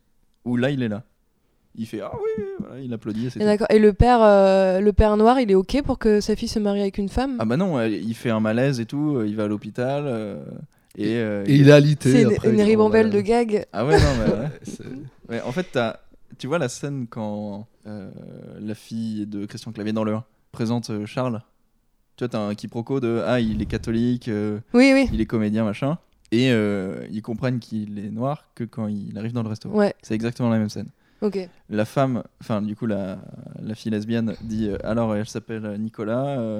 où là il est là. Il fait ah oui, voilà, il applaudit et c'est Et tout. d'accord. Et le père, euh, le père noir, il est ok pour que sa fille se marie avec une femme. Ah bah non, euh, il fait un malaise et tout, euh, il va à l'hôpital euh, et, euh, Et il est alité. C'est une, après, une quand- ribambelle voilà. de gags. Ah ouais, non, mais ouais. C'est- Ouais, en fait, t'as- tu vois la scène quand euh, la fille de Christian Clavier dans le un présente euh, Charles. Tu vois, t'as un quiproquo de ah, il est catholique, euh, Oui, oui. il est comédien, machin. Et euh, ils comprennent qu'il est noir que quand il arrive dans le resto. Ouais. C'est exactement la même scène. Ok. La femme, enfin, du coup, la, la fille lesbienne dit euh, alors, elle s'appelle Nicolas. euh,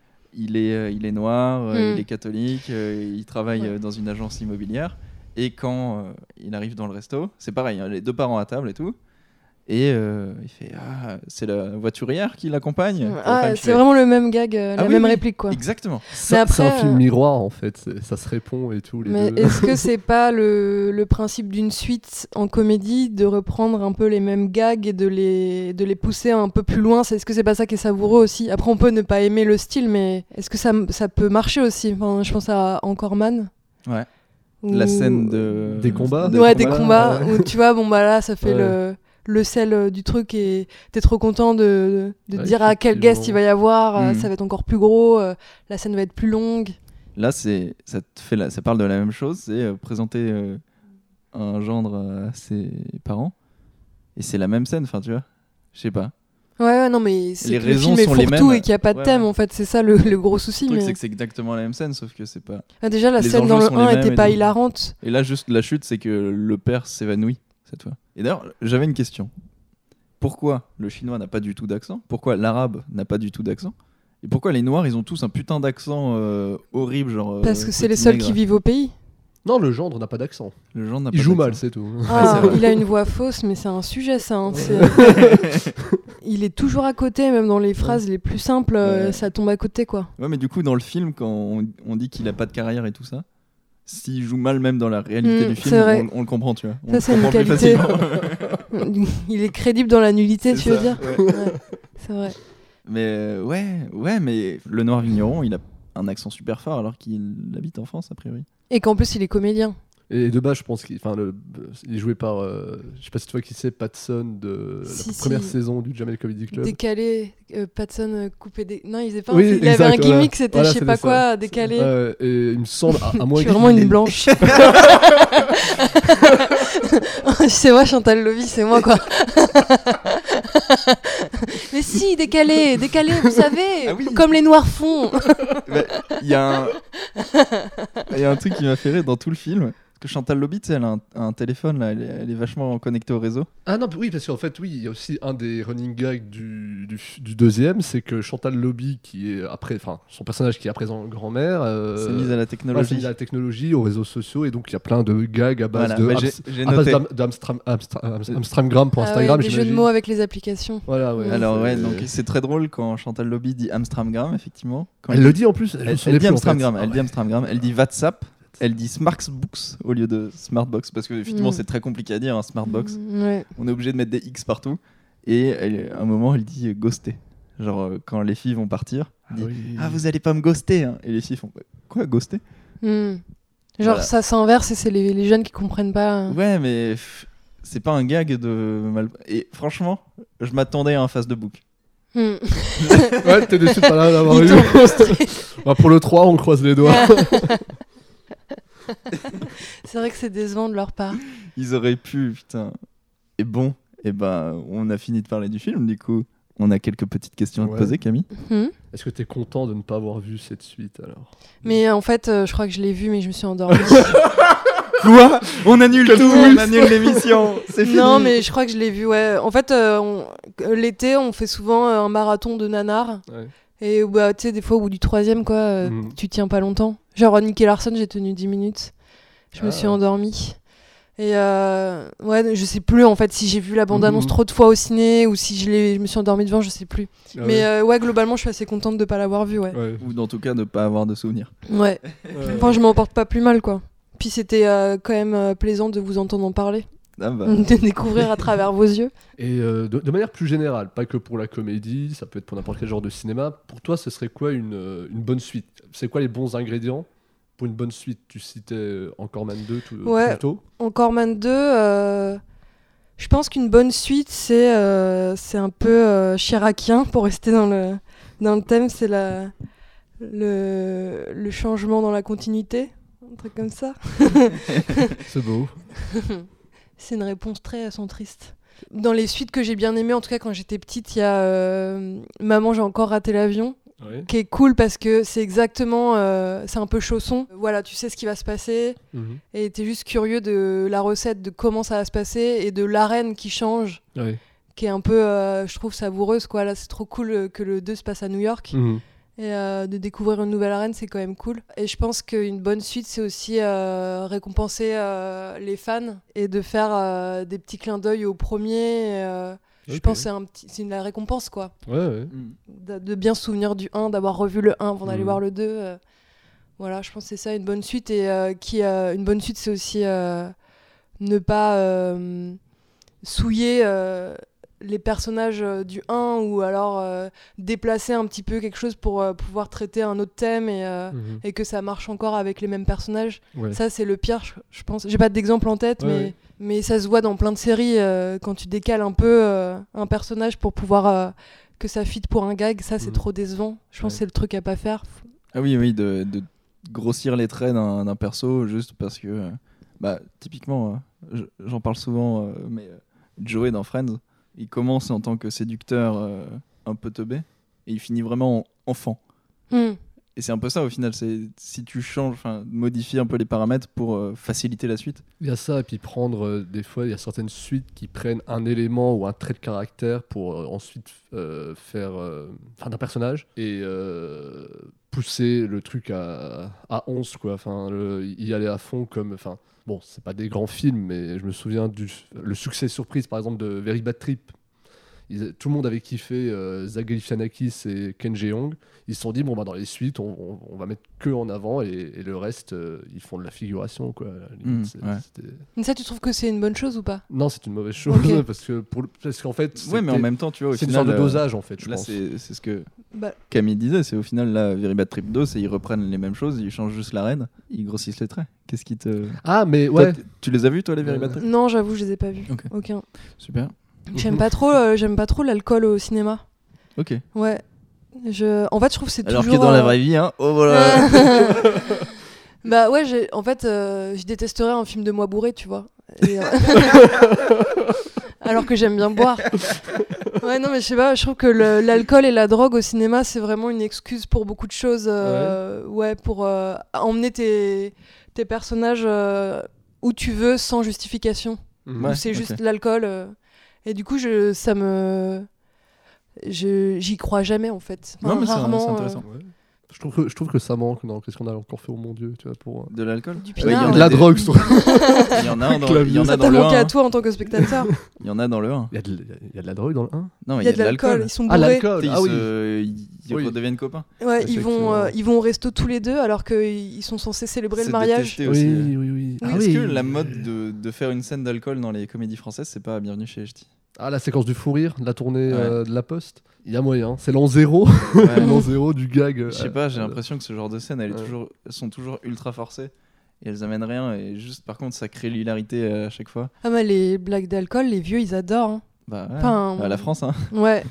il est, euh, il est noir, euh, Mm. il est catholique, euh, il travaille Ouais. euh, dans une agence immobilière. Et quand euh, il arrive dans le resto, c'est pareil, hein, les deux parents à table et tout. Et euh, il fait ah, c'est la voiturière qui l'accompagne. Ah, Enfin, il c'est fait- vraiment le même gag, euh, Ah la oui, même oui, réplique quoi. Exactement. Ça- Mais après, c'est un film euh, miroir en fait, c'est- ça se répond et tout. Les Mais deux. est-ce que c'est pas le, le principe d'une suite en comédie de reprendre un peu les mêmes gags et de les, de les pousser un peu plus loin? C'est- Est-ce que c'est pas ça qui est savoureux aussi? Après, on peut ne pas aimer le style, mais est-ce que ça, ça peut marcher aussi? Enfin, je pense à Encore Man. Ouais. Où- La scène de Des combats. Ouais, des combats ouais. où tu vois, bon bah là, ça fait Ouais. le, le sel euh, du truc et t'es trop content de, de, de Ouais, dire à quel effectivement. guest il va y avoir, euh, Mhm. ça va être encore plus gros, euh, la scène va être plus longue. Là, c'est, ça, te fait la- ça parle de la même chose, c'est euh, présenter euh, un gendre à ses parents. Et c'est la même scène, enfin, tu vois. Je sais pas. Ouais, ouais, non, mais c'est Les que le raisons film est sont les fourre-tout mêmes. et qu'il n'y a pas de Ouais, thème, ouais. en fait, c'est ça le, le gros souci. Le truc, mais... c'est que c'est exactement la même scène, sauf que c'est pas. Ah, déjà, la les scène dans enjeux le sont les un mêmes était et pas tout. hilarante. Et là, juste la chute, c'est que le père s'évanouit cette fois. Et d'ailleurs, j'avais une question. Pourquoi le chinois n'a pas du tout d'accent? Pourquoi l'arabe n'a pas du tout d'accent? Et pourquoi les noirs, ils ont tous un putain d'accent euh, horrible, genre. Parce euh, que c'est les petit seuls nègre. qui vivent au pays. Non, le gendre n'a pas d'accent. Le genre n'a Il pas joue d'accent. mal, c'est tout. Ah, c'est vrai. il a une voix fausse, mais c'est un sujet, ça. hein, c'est- il est toujours à côté, même dans les phrases les plus simples, euh, Ouais. ça tombe à côté, quoi. Ouais, mais du coup, dans le film, quand on, on dit qu'il a pas de carrière et tout ça, s'il joue mal même dans la réalité Mm, du c'est film, vrai. on, on le comprend, tu vois. On Ça, le c'est une comprend plus qualité. facilement. Il est crédible dans la nullité, C'est tu veux ça, dire? ouais. Ouais, c'est vrai. Mais euh, ouais, ouais, mais le noir vigneron, il a un accent super fort alors qu'il habite en France, a priori. Et qu'en plus, il est comédien. Et de base, je pense qu'il enfin, le- il est joué par, euh, je sais pas si tu vois qui c'est, Patson de Si, la si. première saison du Jamel Comedy Club. Décalé, euh, Patson euh, coupé des. Non, il faisait pas. Oui, un- il exact, avait un voilà. gimmick, c'était Voilà, je sais c'était pas ça. quoi, décalé. Ouais, et il me semble, à, à moins Je suis qu'il- vraiment il une est- blanche. C'est moi Chantal Lovy, c'est moi quoi. Mais si, décalé, décalé, vous savez, Ah oui. comme les noirs font. Mais Il y a un, il y a un truc qui m'a fait rire dans tout le film. Que Chantal Lobby, tu sais, elle a un, un téléphone là, elle est, elle est vachement connectée au réseau. Ah non, oui, parce qu'en fait, oui, il y a aussi un des running gags du, du, du deuxième, c'est que Chantal Lobby, qui est après, enfin, son personnage qui est à présent grand-mère, euh, C'est mise à la voilà, technologie. c'est mise à la technologie, aux réseaux sociaux, et donc il y a plein de gags à base Voilà, de bah, j'ai- Amst- j'ai à base noté. d'Am- d'Amstram- Amstra- Amst- Amstramgram pour Ah ouais, Instagram, des jeux de j'imagine. mots avec les applications. Voilà, ouais. Alors ouais, c'est- donc c'est très drôle quand Chantal Lobby dit Amstramgram, effectivement. Quand Elle il- le dit en plus. je me Elle, souvenais elle dit plus, en fait. Amstramgram, Ah elle ouais. dit Amstramgram, elle dit WhatsApp, elle dit Smartbox au lieu de Smartbox parce que effectivement Mm. c'est très compliqué à dire un Smartbox. Mm, ouais. On est obligé de mettre des X partout et elle- à un moment elle dit euh, ghoster. Genre euh, quand les filles vont partir, elle dit Ah oui. ah vous allez pas me ghoster hein. Et les filles font quoi ghoster? Mm. Genre Voilà. ça s'inverse et c'est les, les jeunes qui comprennent pas. Ouais mais pff, c'est pas un gag de mal. Et franchement, je m'attendais à un face de bouc. Hmm. Ouais, t'es déçu de pas l'avoir Ils eu. t'ont frustré. Bah, pour le trois, on croise les doigts. C'est vrai que c'est décevant de leur part. Ils auraient pu, putain. Et bon, et ben, on a fini de parler du film, du coup. On a quelques petites questions à Ouais. te poser, Camille. Hmm. Est-ce que t'es content de ne pas avoir vu cette suite alors? Mais en fait, euh, je crois que je l'ai vu, mais je me suis endormie. Quoi? On annule Quel tout, twist. on annule l'émission. C'est fini. Non, mais je crois que je l'ai vu, ouais. En fait, euh, on- l'été, on fait souvent euh, un marathon de nanars. Ouais. Et bah, tu sais, des fois, au bout du troisième, quoi, euh, Mhm. tu tiens pas longtemps. Genre, Nicky Larson, j'ai tenu dix minutes. Je me Ah. suis endormie. Et euh, ouais, je sais plus en fait si j'ai vu la bande-annonce Mhm. trop de fois au ciné ou si je, l'ai- je me suis endormie devant, je sais plus. Ah Mais ouais. euh, ouais, globalement, je suis assez contente de pas l'avoir vu, ouais. Ouais. Ou en tout cas, de pas avoir de souvenirs. Ouais. Ouais. Enfin, je m'en porte pas plus mal, quoi. Puis c'était euh, quand même euh, plaisant de vous entendre en parler, Ah bah. de découvrir à travers vos yeux. Et euh, de, de manière plus générale, pas que pour la comédie, ça peut être pour n'importe quel genre de cinéma. Pour toi, ce serait quoi une, euh, une bonne suite? C'est quoi les bons ingrédients pour une bonne suite? Tu citais euh, Encore Man deux tout, Ouais. plus tôt. Encore Man deux, euh, je pense qu'une bonne suite, c'est euh, c'est un peu euh, chiracien, pour rester dans le, dans le thème, c'est la, le, le changement dans la continuité, un truc comme ça. C'est beau. C'est une réponse très centriste. Dans les suites que j'ai bien aimées, en tout cas quand j'étais petite, il y a euh, Maman, j'ai encore raté l'avion, Ouais. qui est cool parce que c'est exactement, euh, c'est un peu chausson. Voilà, tu sais ce qui va se passer Mhm. et t'es juste curieux de la recette, de comment ça va se passer et de l'arène qui change, Ouais. qui est un peu, euh, je trouve, savoureuse, quoi. Là, c'est trop cool euh, que le deux se passe à New York. Mhm. Et euh, de découvrir une nouvelle arène, c'est quand même cool. Et je pense qu'une bonne suite, c'est aussi euh, récompenser euh, les fans et de faire euh, des petits clins d'œil au premier. et, euh, Je Ok. pense que c'est, un petit, c'est une la récompense, quoi. Ouais, ouais. De, de bien se souvenir du un, d'avoir revu le un avant d'aller Mhm. voir le deux. euh. Voilà, je pense que c'est ça, une bonne suite. Et euh, qui, euh, une bonne suite, c'est aussi euh, ne pas euh, souiller euh, les personnages euh, du un ou alors euh, déplacer un petit peu quelque chose pour euh, pouvoir traiter un autre thème et, euh, Mhm. et que ça marche encore avec les mêmes personnages. Ouais. Ça, c'est le pire, je, je pense. J'ai pas d'exemple en tête, Ouais, mais, ouais. mais ça se voit dans plein de séries euh, quand tu décales un peu euh, un personnage pour pouvoir euh, que ça fit pour un gag. Ça, c'est Mhm. trop décevant. Je pense Ouais. que c'est le truc à pas faire. Ah oui, oui, de, de grossir les traits d'un, d'un perso juste parce que, euh, bah, typiquement, euh, je- j'en parle souvent, euh, mais euh, Joey dans Friends, il commence en tant que séducteur euh, un peu teubé et il finit vraiment en enfant. Hmm. Et c'est un peu ça au final, c'est si tu changes, enfin, modifier un peu les paramètres pour euh, faciliter la suite. Il y a ça, et puis prendre, euh, des fois, il y a certaines suites qui prennent un élément ou un trait de caractère pour euh, ensuite euh, faire, euh, enfin, d'un personnage, et euh, pousser le truc à, à onze, quoi. Enfin, le- y aller à fond comme, enfin, bon, c'est pas des grands films, mais je me souviens du le succès surprise, par exemple, de Very Bad Trip. Ils- tout le monde avait kiffé euh, Zach Galifianakis et Ken Jeong. Ils se sont dit, bon, bah, dans les suites, on, on- on va mettre que en avant, et, et le reste, euh, ils font de la figuration, quoi. à la limite. Mmh, C'est- ouais. c'était- Mais ça, tu trouves que c'est une bonne chose ou pas? Non, c'est une mauvaise chose, Ok. parce que pour le- parce qu'en fait, Ouais, mais en c'était- même temps, tu vois, au c'est une final, sorte de euh, dosage, en fait, je là, pense. c'est, c'est ce que Bah, Camille disait, c'est au final, là, Very Bad Trip deux, c'est ils reprennent les mêmes choses, ils changent juste l'arène, ils grossissent les traits. Qu'est-ce qui te... Ah, mais Toi, ouais. t- tu les as vus, toi, les Very Bad Trip? non, j'avoue, je les ai pas vus. Ok. Aucun. Super. J'aime pas trop, euh, j'aime pas trop l'alcool au cinéma. Ok. Ouais. Je... En fait, je trouve que c'est Alors toujours... que dans la euh, vraie vie, hein, oh voilà. Bah ouais, j'ai- en fait, euh, je détesterais un film de moi bourré, tu vois. Et, euh, Alors que j'aime bien boire. Ouais, non, mais je sais pas, je trouve que le- l'alcool et la drogue au cinéma, c'est vraiment une excuse pour beaucoup de choses. euh, ouais. pour euh, emmener tes, tes personnages euh, où tu veux sans justification. Mhm. Où Ouais, c'est ok. juste l'alcool. euh, et du coup, je, ça me. je- J'y crois jamais, en fait. Enfin, Non, mais c'est- rarement. c'est intéressant. Ouais. Je trouve, que, je trouve que ça manque dans Qu'est-ce qu'on a encore fait, oh mon Dieu, tu vois, pour... De l'alcool Du Ouais, il y en pinard. a de la des- drogue, surtout. Il y en a un dans, Clavier. il y en a Ça dans t'a le manqué un. à toi en tant que spectateur. Il y en a dans le un. Il y, a de, il y a de la drogue dans le un. Non, Il y a de l'alcool, ils sont Ah, bourrés. l'alcool. Tu sais, Ah ils oui. se- ils, ils Oui. redeviennent copains. Ouais, ils vont, Effectivement. euh, ils vont au resto tous les deux alors qu'ils sont censés célébrer C'est le mariage. détesté aussi. Oui, oui, oui. Ah Est-ce oui. que la mode de, de faire une scène d'alcool dans les comédies françaises, c'est pas Bienvenue chez H T? Ah, la séquence du fou rire, la tournée Ouais. euh, de la Poste. Il y a moyen. C'est l'an zéro. Ouais. l'an zéro du gag. euh, Je sais pas, j'ai euh, l'impression que ce genre de scènes, elles, est ouais. toujours, elles sont toujours ultra forcées. et elles amènent rien. Et juste, par contre, ça crée l'hilarité à chaque fois. Ah, mais les blagues d'alcool, les vieux, ils adorent. Hein. Bah, ouais. Enfin, bah, la France, hein. Ouais.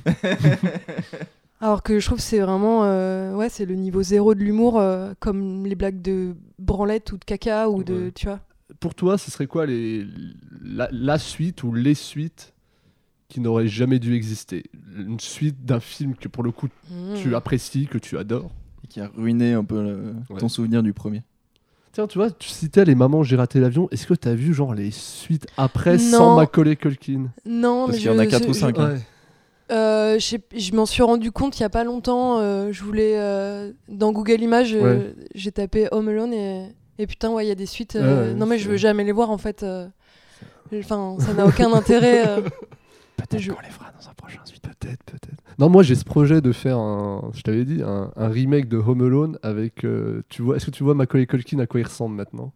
Alors que je trouve que c'est vraiment euh, ouais, c'est le niveau zéro de l'humour, euh, comme les blagues de branlette ou de caca ou de, Ouais. tu vois. Pour toi, ce serait quoi les, la, la suite ou les suites qui n'auraient jamais dû exister? Une suite d'un film que pour le coup Mmh. tu apprécies, que tu adores. Et qui a ruiné un peu le- Ouais. ton souvenir du premier. Tiens, tu vois, tu citais Les Mamans, j'ai raté l'avion. Est-ce que tu as vu genre les suites après Non. sans Macaulay Culkin? Non, Parce mais qu'il y en a je- quatre je- ou cinq. je- hein. Ouais. Euh, je sais- je m'en suis rendu compte il y a pas longtemps. euh, je voulais euh, dans Google Images, euh, Ouais. j'ai tapé Home Alone et, et putain ouais, il y a des suites. euh, Ouais, ouais, non mais c'est- je veux jamais les voir en fait. euh, Enfin, ça n'a aucun intérêt. euh. Peut-être Je- qu'on les fera dans un prochain suite. Peut-être, peut-être. Non, moi j'ai ce projet de faire un, je t'avais dit, un, un remake de Home Alone avec, euh, tu vois, est-ce que tu vois Macaulay Culkin à quoi il ressemble maintenant?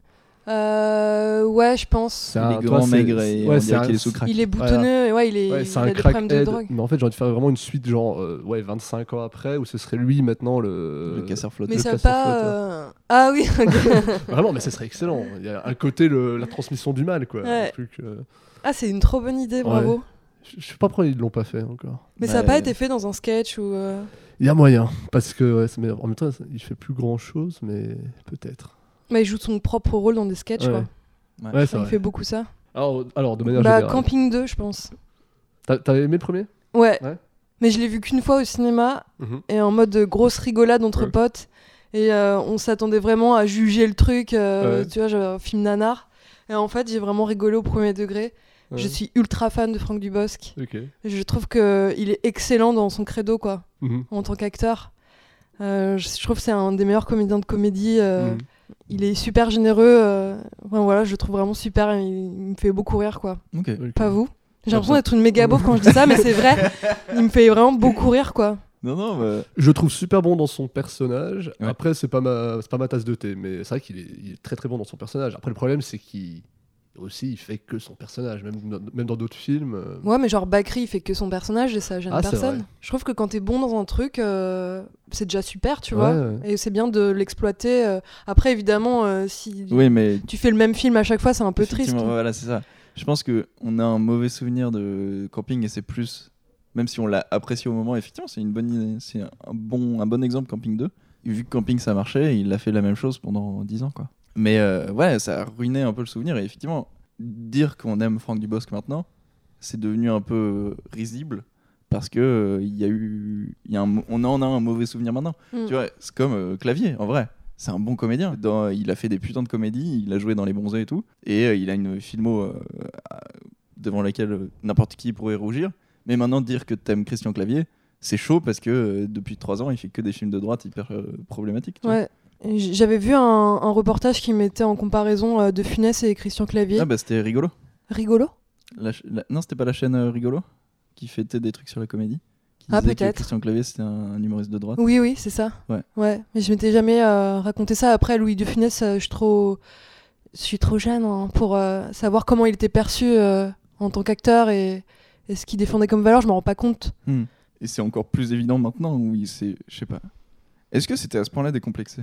Euh, ouais, je pense. C'est Il un- est toi, grand, c'est- maigre et ouais, on c'est dirait un- qu'il est sous crack. Il est boutonneux, ouais, il, est, Ouais, il c'est a un des problèmes de crackhead. drogue. Mais en fait, j'ai envie de faire vraiment une suite, genre, euh, ouais, vingt-cinq ans après, où ce serait lui maintenant le. Le casseur flotteur. Mais le ça casseur pas. flotteur. euh, Ah oui, ok. Vraiment, mais ce serait excellent. Il y a un côté le- la transmission du mal, quoi. Ouais. Un truc, euh, Ah, c'est une trop bonne idée, bravo. Je je sais pas pourquoi ils l'ont pas fait encore. Mais ça n'a Ouais. pas été fait dans un sketch ou. euh, Il y a moyen, parce que ouais, c'est- mais en même temps, il fait plus grand chose, mais peut-être. Bah, il joue son propre rôle dans des sketchs, Ouais. quoi. Ouais. Ouais, c'est Il vrai. fait beaucoup ça. Alors, alors, de manière Bah, générale. Camping deux, je pense. T'as t'as aimé le premier? Ouais. Ouais. Mais je l'ai vu qu'une fois au cinéma Mhm. et en mode grosse rigolade entre Ouais. potes. Et euh, on s'attendait vraiment à juger le truc, euh, Ouais. tu vois, genre un film nanar. Et en fait, j'ai vraiment rigolé au premier degré. Ouais. Je suis ultra fan de Franck Dubosc. Ok. Je trouve qu'il est excellent dans son credo, quoi, Mhm. en tant qu'acteur. Euh, je je trouve que c'est un des meilleurs comédiens de comédie. euh, Mhm. Il est super généreux. euh, enfin, voilà, je le trouve vraiment super. Il, il me fait beaucoup rire, quoi. Ok. Ok. Pas vous? J'ai Comme l'impression ça. d'être une méga beauf quand je dis ça, mais c'est vrai. Il me fait vraiment beaucoup rire, quoi. Non, non, bah, Je le trouve super bon dans son personnage. Ouais. Après, c'est pas ma, c'est pas ma tasse de thé, mais c'est vrai qu'il est, il est très très bon dans son personnage. Après, le problème, c'est qu'il aussi, il fait que son personnage, même, dans- même dans d'autres films. euh, Ouais, mais genre Bakri, il fait que son personnage et ça gêne Ah, c'est personne. vrai. Je trouve que quand t'es bon dans un truc, euh, c'est déjà super, tu Ouais, vois. ouais. Et c'est bien de l'exploiter. euh. Après, évidemment, euh, si oui, mais tu fais le même film à chaque fois, c'est un peu triste. effectivement, voilà, c'est ça. Je pense que on a un mauvais souvenir de Camping et c'est plus, même si on l'a apprécié au moment, effectivement, c'est une bonne, idée, c'est un bon, un bon exemple Camping deux. Et vu que Camping ça marchait, il a fait la même chose pendant dix ans, quoi. Mais euh, ouais, ça a ruiné un peu le souvenir et effectivement, dire qu'on aime Franck Dubosc maintenant, c'est devenu un peu risible parce que euh, il y a eu, il y a un, on en a un mauvais souvenir maintenant. Mm. Tu vois, c'est comme euh, Clavier, en vrai. C'est un bon comédien. Dans- il a fait des putains de comédies, il a joué dans Les Bonzés et tout. Et euh, il a une filmo euh, euh, devant laquelle euh, n'importe qui pourrait rougir. Mais maintenant, dire que t'aimes Christian Clavier, c'est chaud parce que euh, depuis trois ans, il fait que des films de droite hyper euh, problématiques. tu vois. Ouais. Et j- J'avais vu un, un reportage qui mettait en comparaison euh, de Funès et Christian Clavier. Ah bah c'était rigolo. Rigolo. La ch- la- Non, c'était pas la chaîne euh, Rigolo qui fêtait des trucs sur la comédie. Qui Ah, disait que peut-être. Christian Clavier, c'était un, un humoriste de droite. Oui, oui, c'est ça. Ouais. Ouais. Mais je m'étais jamais euh, raconté ça. Après, Louis de Funès, euh, je suis trop, je suis trop jeune hein, pour euh, savoir comment il était perçu euh, en tant qu'acteur et, et ce qu'il défendait comme valeur. Je m'en rends pas compte. Hmm. Et c'est encore plus évident maintenant où il s'est. Je sais pas. Est-ce que c'était à ce point-là décomplexé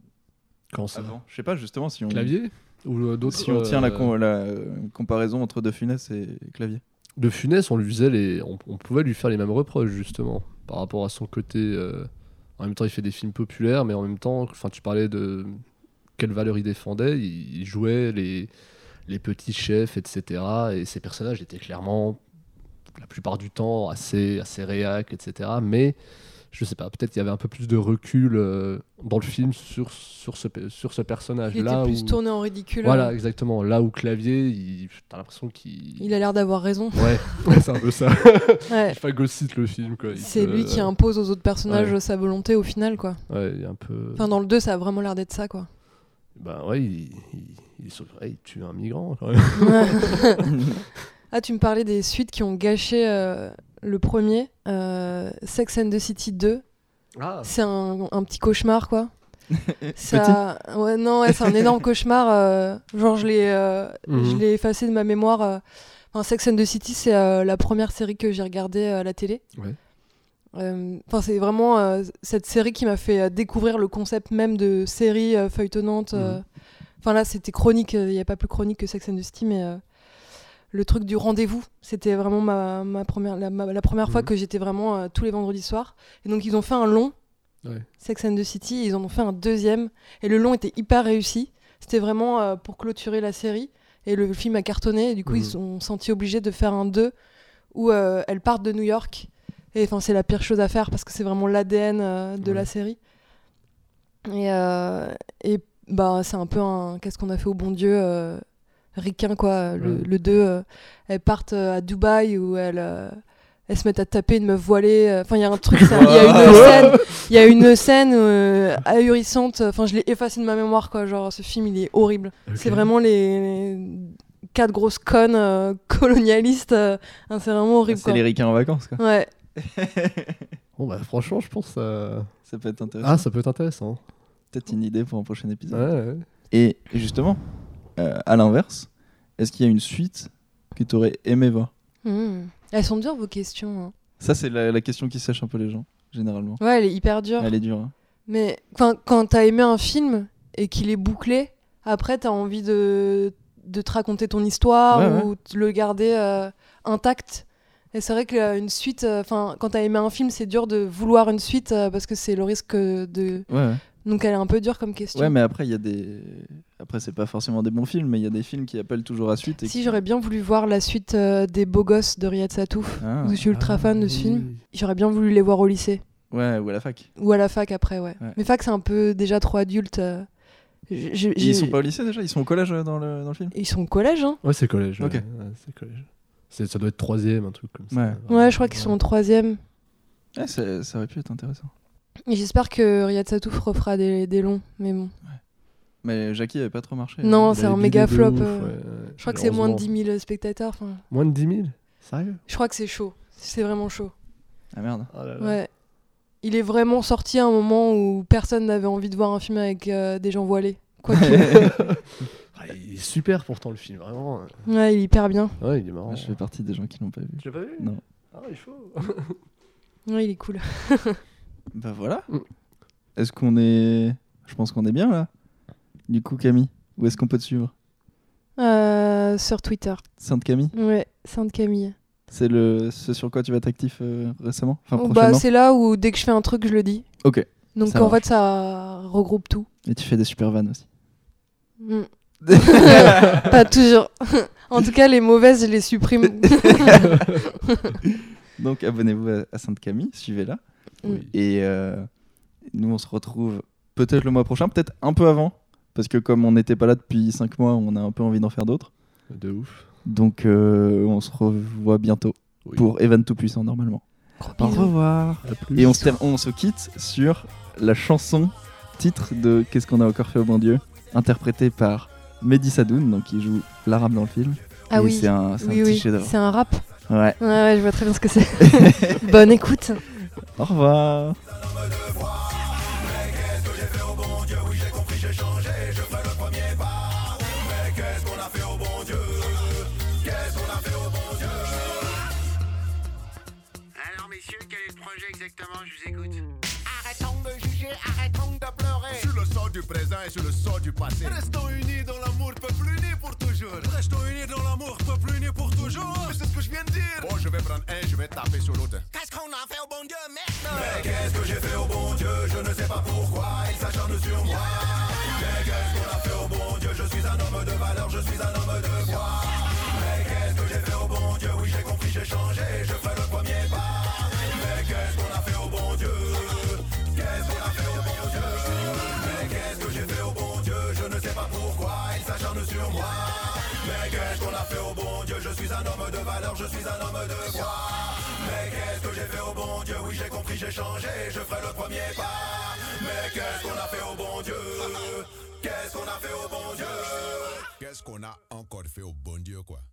Quand ça avant? Je sais pas, justement, si on. Clavier ou euh, d'autres. Si on tient la, euh, com- la, euh, comparaison entre De Funès et Clavier. De Funès, on lui faisait les, on, on pouvait lui faire les mêmes reproches justement par rapport à son côté. euh, En même temps, il fait des films populaires, mais en même temps, enfin, tu parlais de quelle valeur il défendait. Il, il jouait les les petits chefs, et cetera. Et ses personnages étaient clairement, la plupart du temps, assez assez réac, et cetera. Mais je sais pas, peut-être qu'il y avait un peu plus de recul euh, dans le film sur sur ce pe- sur ce personnage Il là était plus où tourné en ridicule. voilà, euh. exactement. Là où Clavier, il... t'as l'impression qu'il. Il a l'air d'avoir raison. Ouais, c'est un peu ça. Ouais. Il phagocyte le film, quoi. Il C'est te- lui qui impose aux autres personnages Ouais. sa volonté au final, quoi. Ouais, il y a un peu. Enfin, dans le deux, ça a vraiment l'air d'être ça, quoi. Bah ouais, il, il, il, est sur- ouais, il tue un migrant, quand même. Ah, tu me parlais des suites qui ont gâché euh, le premier, euh, Sex and the City deux. Ah. C'est un, un petit cauchemar, quoi. Ça... Ouais, non, ouais, c'est un énorme cauchemar. euh, genre, je l'ai, euh, Mhm. je l'ai effacé de ma mémoire. euh. Enfin, Sex and the City, c'est euh, la première série que j'ai regardée euh, à la télé. Ouais. Euh, Enfin, c'est vraiment euh, cette série qui m'a fait euh, découvrir le concept même de série euh, feuilletonnante. euh. Mhm. Enfin là, c'était chronique, il n'y a pas plus chronique que Sex and the City, mais euh, le truc du rendez-vous, c'était vraiment ma, ma première, la, ma, la première mmh. fois que j'étais vraiment euh, tous les vendredis soirs. Et donc ils ont fait un long, ouais. Sex and the City, et ils en ont fait un deuxième. Et le long était hyper réussi. C'était vraiment euh, pour clôturer la série. Et le film a cartonné, et du coup mmh. ils se sont sentis obligés de faire un deux où euh, elles partent de New York. Et enfin, c'est la pire chose à faire parce que c'est vraiment l'A D N euh, de ouais. la série. Et, euh, et bah, c'est un peu un qu'est-ce qu'on a fait au bon Dieu euh, ricain, quoi. Le, ouais. le deux, euh, elles partent à Dubaï où elles, euh, elles se mettent à taper une meuf voilée. Enfin, il y a un truc, il y a une scène, il y a une scène euh, ahurissante. Enfin, je l'ai effacé de ma mémoire, quoi. Genre, ce film, il est horrible. Okay. C'est vraiment les, les quatre grosses connes euh, colonialistes. Euh, hein, c'est vraiment horrible. C'est quoi. les ricains en vacances, quoi. Ouais. Bon, bah, franchement, je pense que ça... ça peut être intéressant. Ah, ça peut être intéressant. Peut-être une idée pour un prochain épisode. Ouais, ouais. Et justement, euh, à l'inverse, est-ce qu'il y a une suite que tu aurais aimé voir ? mmh. Elles sont dures, vos questions. Hein. Ça, c'est la, la question qui sèche un peu les gens, généralement. Ouais, elle est hyper dure. Elle est dure. Hein. Mais quand t'as aimé un film et qu'il est bouclé, après, t'as envie de, de te raconter ton histoire ouais, ou ouais. de le garder euh, intact. Et c'est vrai qu'une suite, enfin, euh, quand t'as aimé un film, c'est dur de vouloir une suite euh, parce que c'est le risque de. Ouais, ouais. Donc elle est un peu dure comme question. Ouais, mais après il y a des, après c'est pas forcément des bons films, mais il y a des films qui appellent toujours à suite. Et si qui... j'aurais bien voulu voir la suite euh, des Beaux Gosses de Riyad Satouf, ah. je suis ultra ah, fan de ce oui. film. J'aurais bien voulu les voir au lycée. Ouais, ou à la fac. Ou à la fac après, ouais. ouais. Mais fac c'est un peu déjà trop adulte. Euh... J'ai, j'ai... Ils sont pas au lycée déjà, ils sont au collège dans le dans le film. Ils sont au collège, hein. Ouais, c'est collège. Ok. Ouais. Ouais, c'est collège. C'est, ça doit être troisième, un truc comme ça. Ouais, ouais je crois qu'ils sont en troisième. Ouais, ça, ça aurait pu être intéressant. Et j'espère que Riyad Satouf refera des, des longs, mais bon. Ouais. Mais Jackie avait pas trop marché. Non, hein. c'est un méga flop. Ouf, euh... ouais, ouais. Je crois que c'est moins de dix mille spectateurs. Fin... Moins de dix mille ? Sérieux ? Je crois que c'est chaud. C'est vraiment chaud. Ah merde. Oh là là. Ouais. Il est vraiment sorti à un moment où personne n'avait envie de voir un film avec euh, des gens voilés. Quoi que... ah, il est super pourtant le film, vraiment. Ouais, il est hyper bien. Ouais, il est marrant. Je fais partie des gens qui l'ont pas vu. Tu l'as pas vu ? Non. Ah, il est chaud. Ouais, il est cool. Bah voilà. Est-ce qu'on est... Je pense qu'on est bien là. Du coup, Camille, où est-ce qu'on peut te suivre ? euh, Sur Twitter. Sainte Camille ? Ouais, Sainte Camille. C'est le ce sur quoi tu vas être actif euh, récemment ? Enfin, oh, prochainement ? Bah, c'est là où dès que je fais un truc, je le dis. Ok. Donc ça en marche. fait, ça regroupe tout. Et tu fais des super vannes aussi. Mm. Pas toujours. En tout cas, les mauvaises, je les supprime. Donc abonnez-vous à, à Sainte Camille, suivez-la. Oui. Et euh, nous, on se retrouve peut-être le mois prochain, peut-être un peu avant, parce que comme on n'était pas là depuis cinq mois, on a un peu envie d'en faire d'autres. De ouf. Donc euh, on se revoit bientôt oui. pour Evan Tout-Puissant normalement. Au revoir. Et on se, ter- on se quitte sur la chanson titre de Qu'est-ce qu'on a encore fait au bon Dieu, interprétée par Mehdi Sadoun, donc qui joue l'arabe dans le film. Ah et oui, c'est un, c'est oui, un petit oui. chef-d'œuvre. C'est un rap. Ouais. Ouais, ouais, je vois très bien ce que c'est. Bonne écoute. Au revoir. Exactement, je vous écoute. Arrêtons de juger, arrêtons de pleurer. Sur le sort du présent et sur le sort du passé. Restons unis dans l'amour, peuple uni pour toujours. Restons unis dans l'amour, peuple uni pour toujours. C'est ce que je viens de dire. Bon, je vais prendre un, je vais taper sur l'autre. Qu'est-ce qu'on a fait au bon Dieu, merde? Mais qu'est-ce que j'ai fait au bon Dieu? Je ne sais pas pourquoi, il s'acharne sur moi. Mais qu'est-ce qu'on a fait au bon Dieu? Je suis un homme de valeur, je suis un homme de foi. Mais qu'est-ce que j'ai fait au bon Dieu? Oui, j'ai compris, j'ai changé, je ferai le premier pas. Qu'est-ce qu'on a fait au bon Dieu? Qu'est-ce qu'on a fait au bon Dieu? Mais qu'est-ce que j'ai fait au bon Dieu? Je ne sais pas pourquoi, il s'acharne sur moi. Mais qu'est-ce qu'on a fait au bon Dieu? Je suis un homme de valeur, je suis un homme de foi. Mais qu'est-ce que j'ai fait au bon Dieu? Oui, j'ai compris, j'ai changé, je ferai le premier pas. Mais qu'est-ce qu'on a fait au bon Dieu? Qu'est-ce qu'on a fait au bon Dieu? Qu'est-ce qu'on a encore fait au bon Dieu, quoi?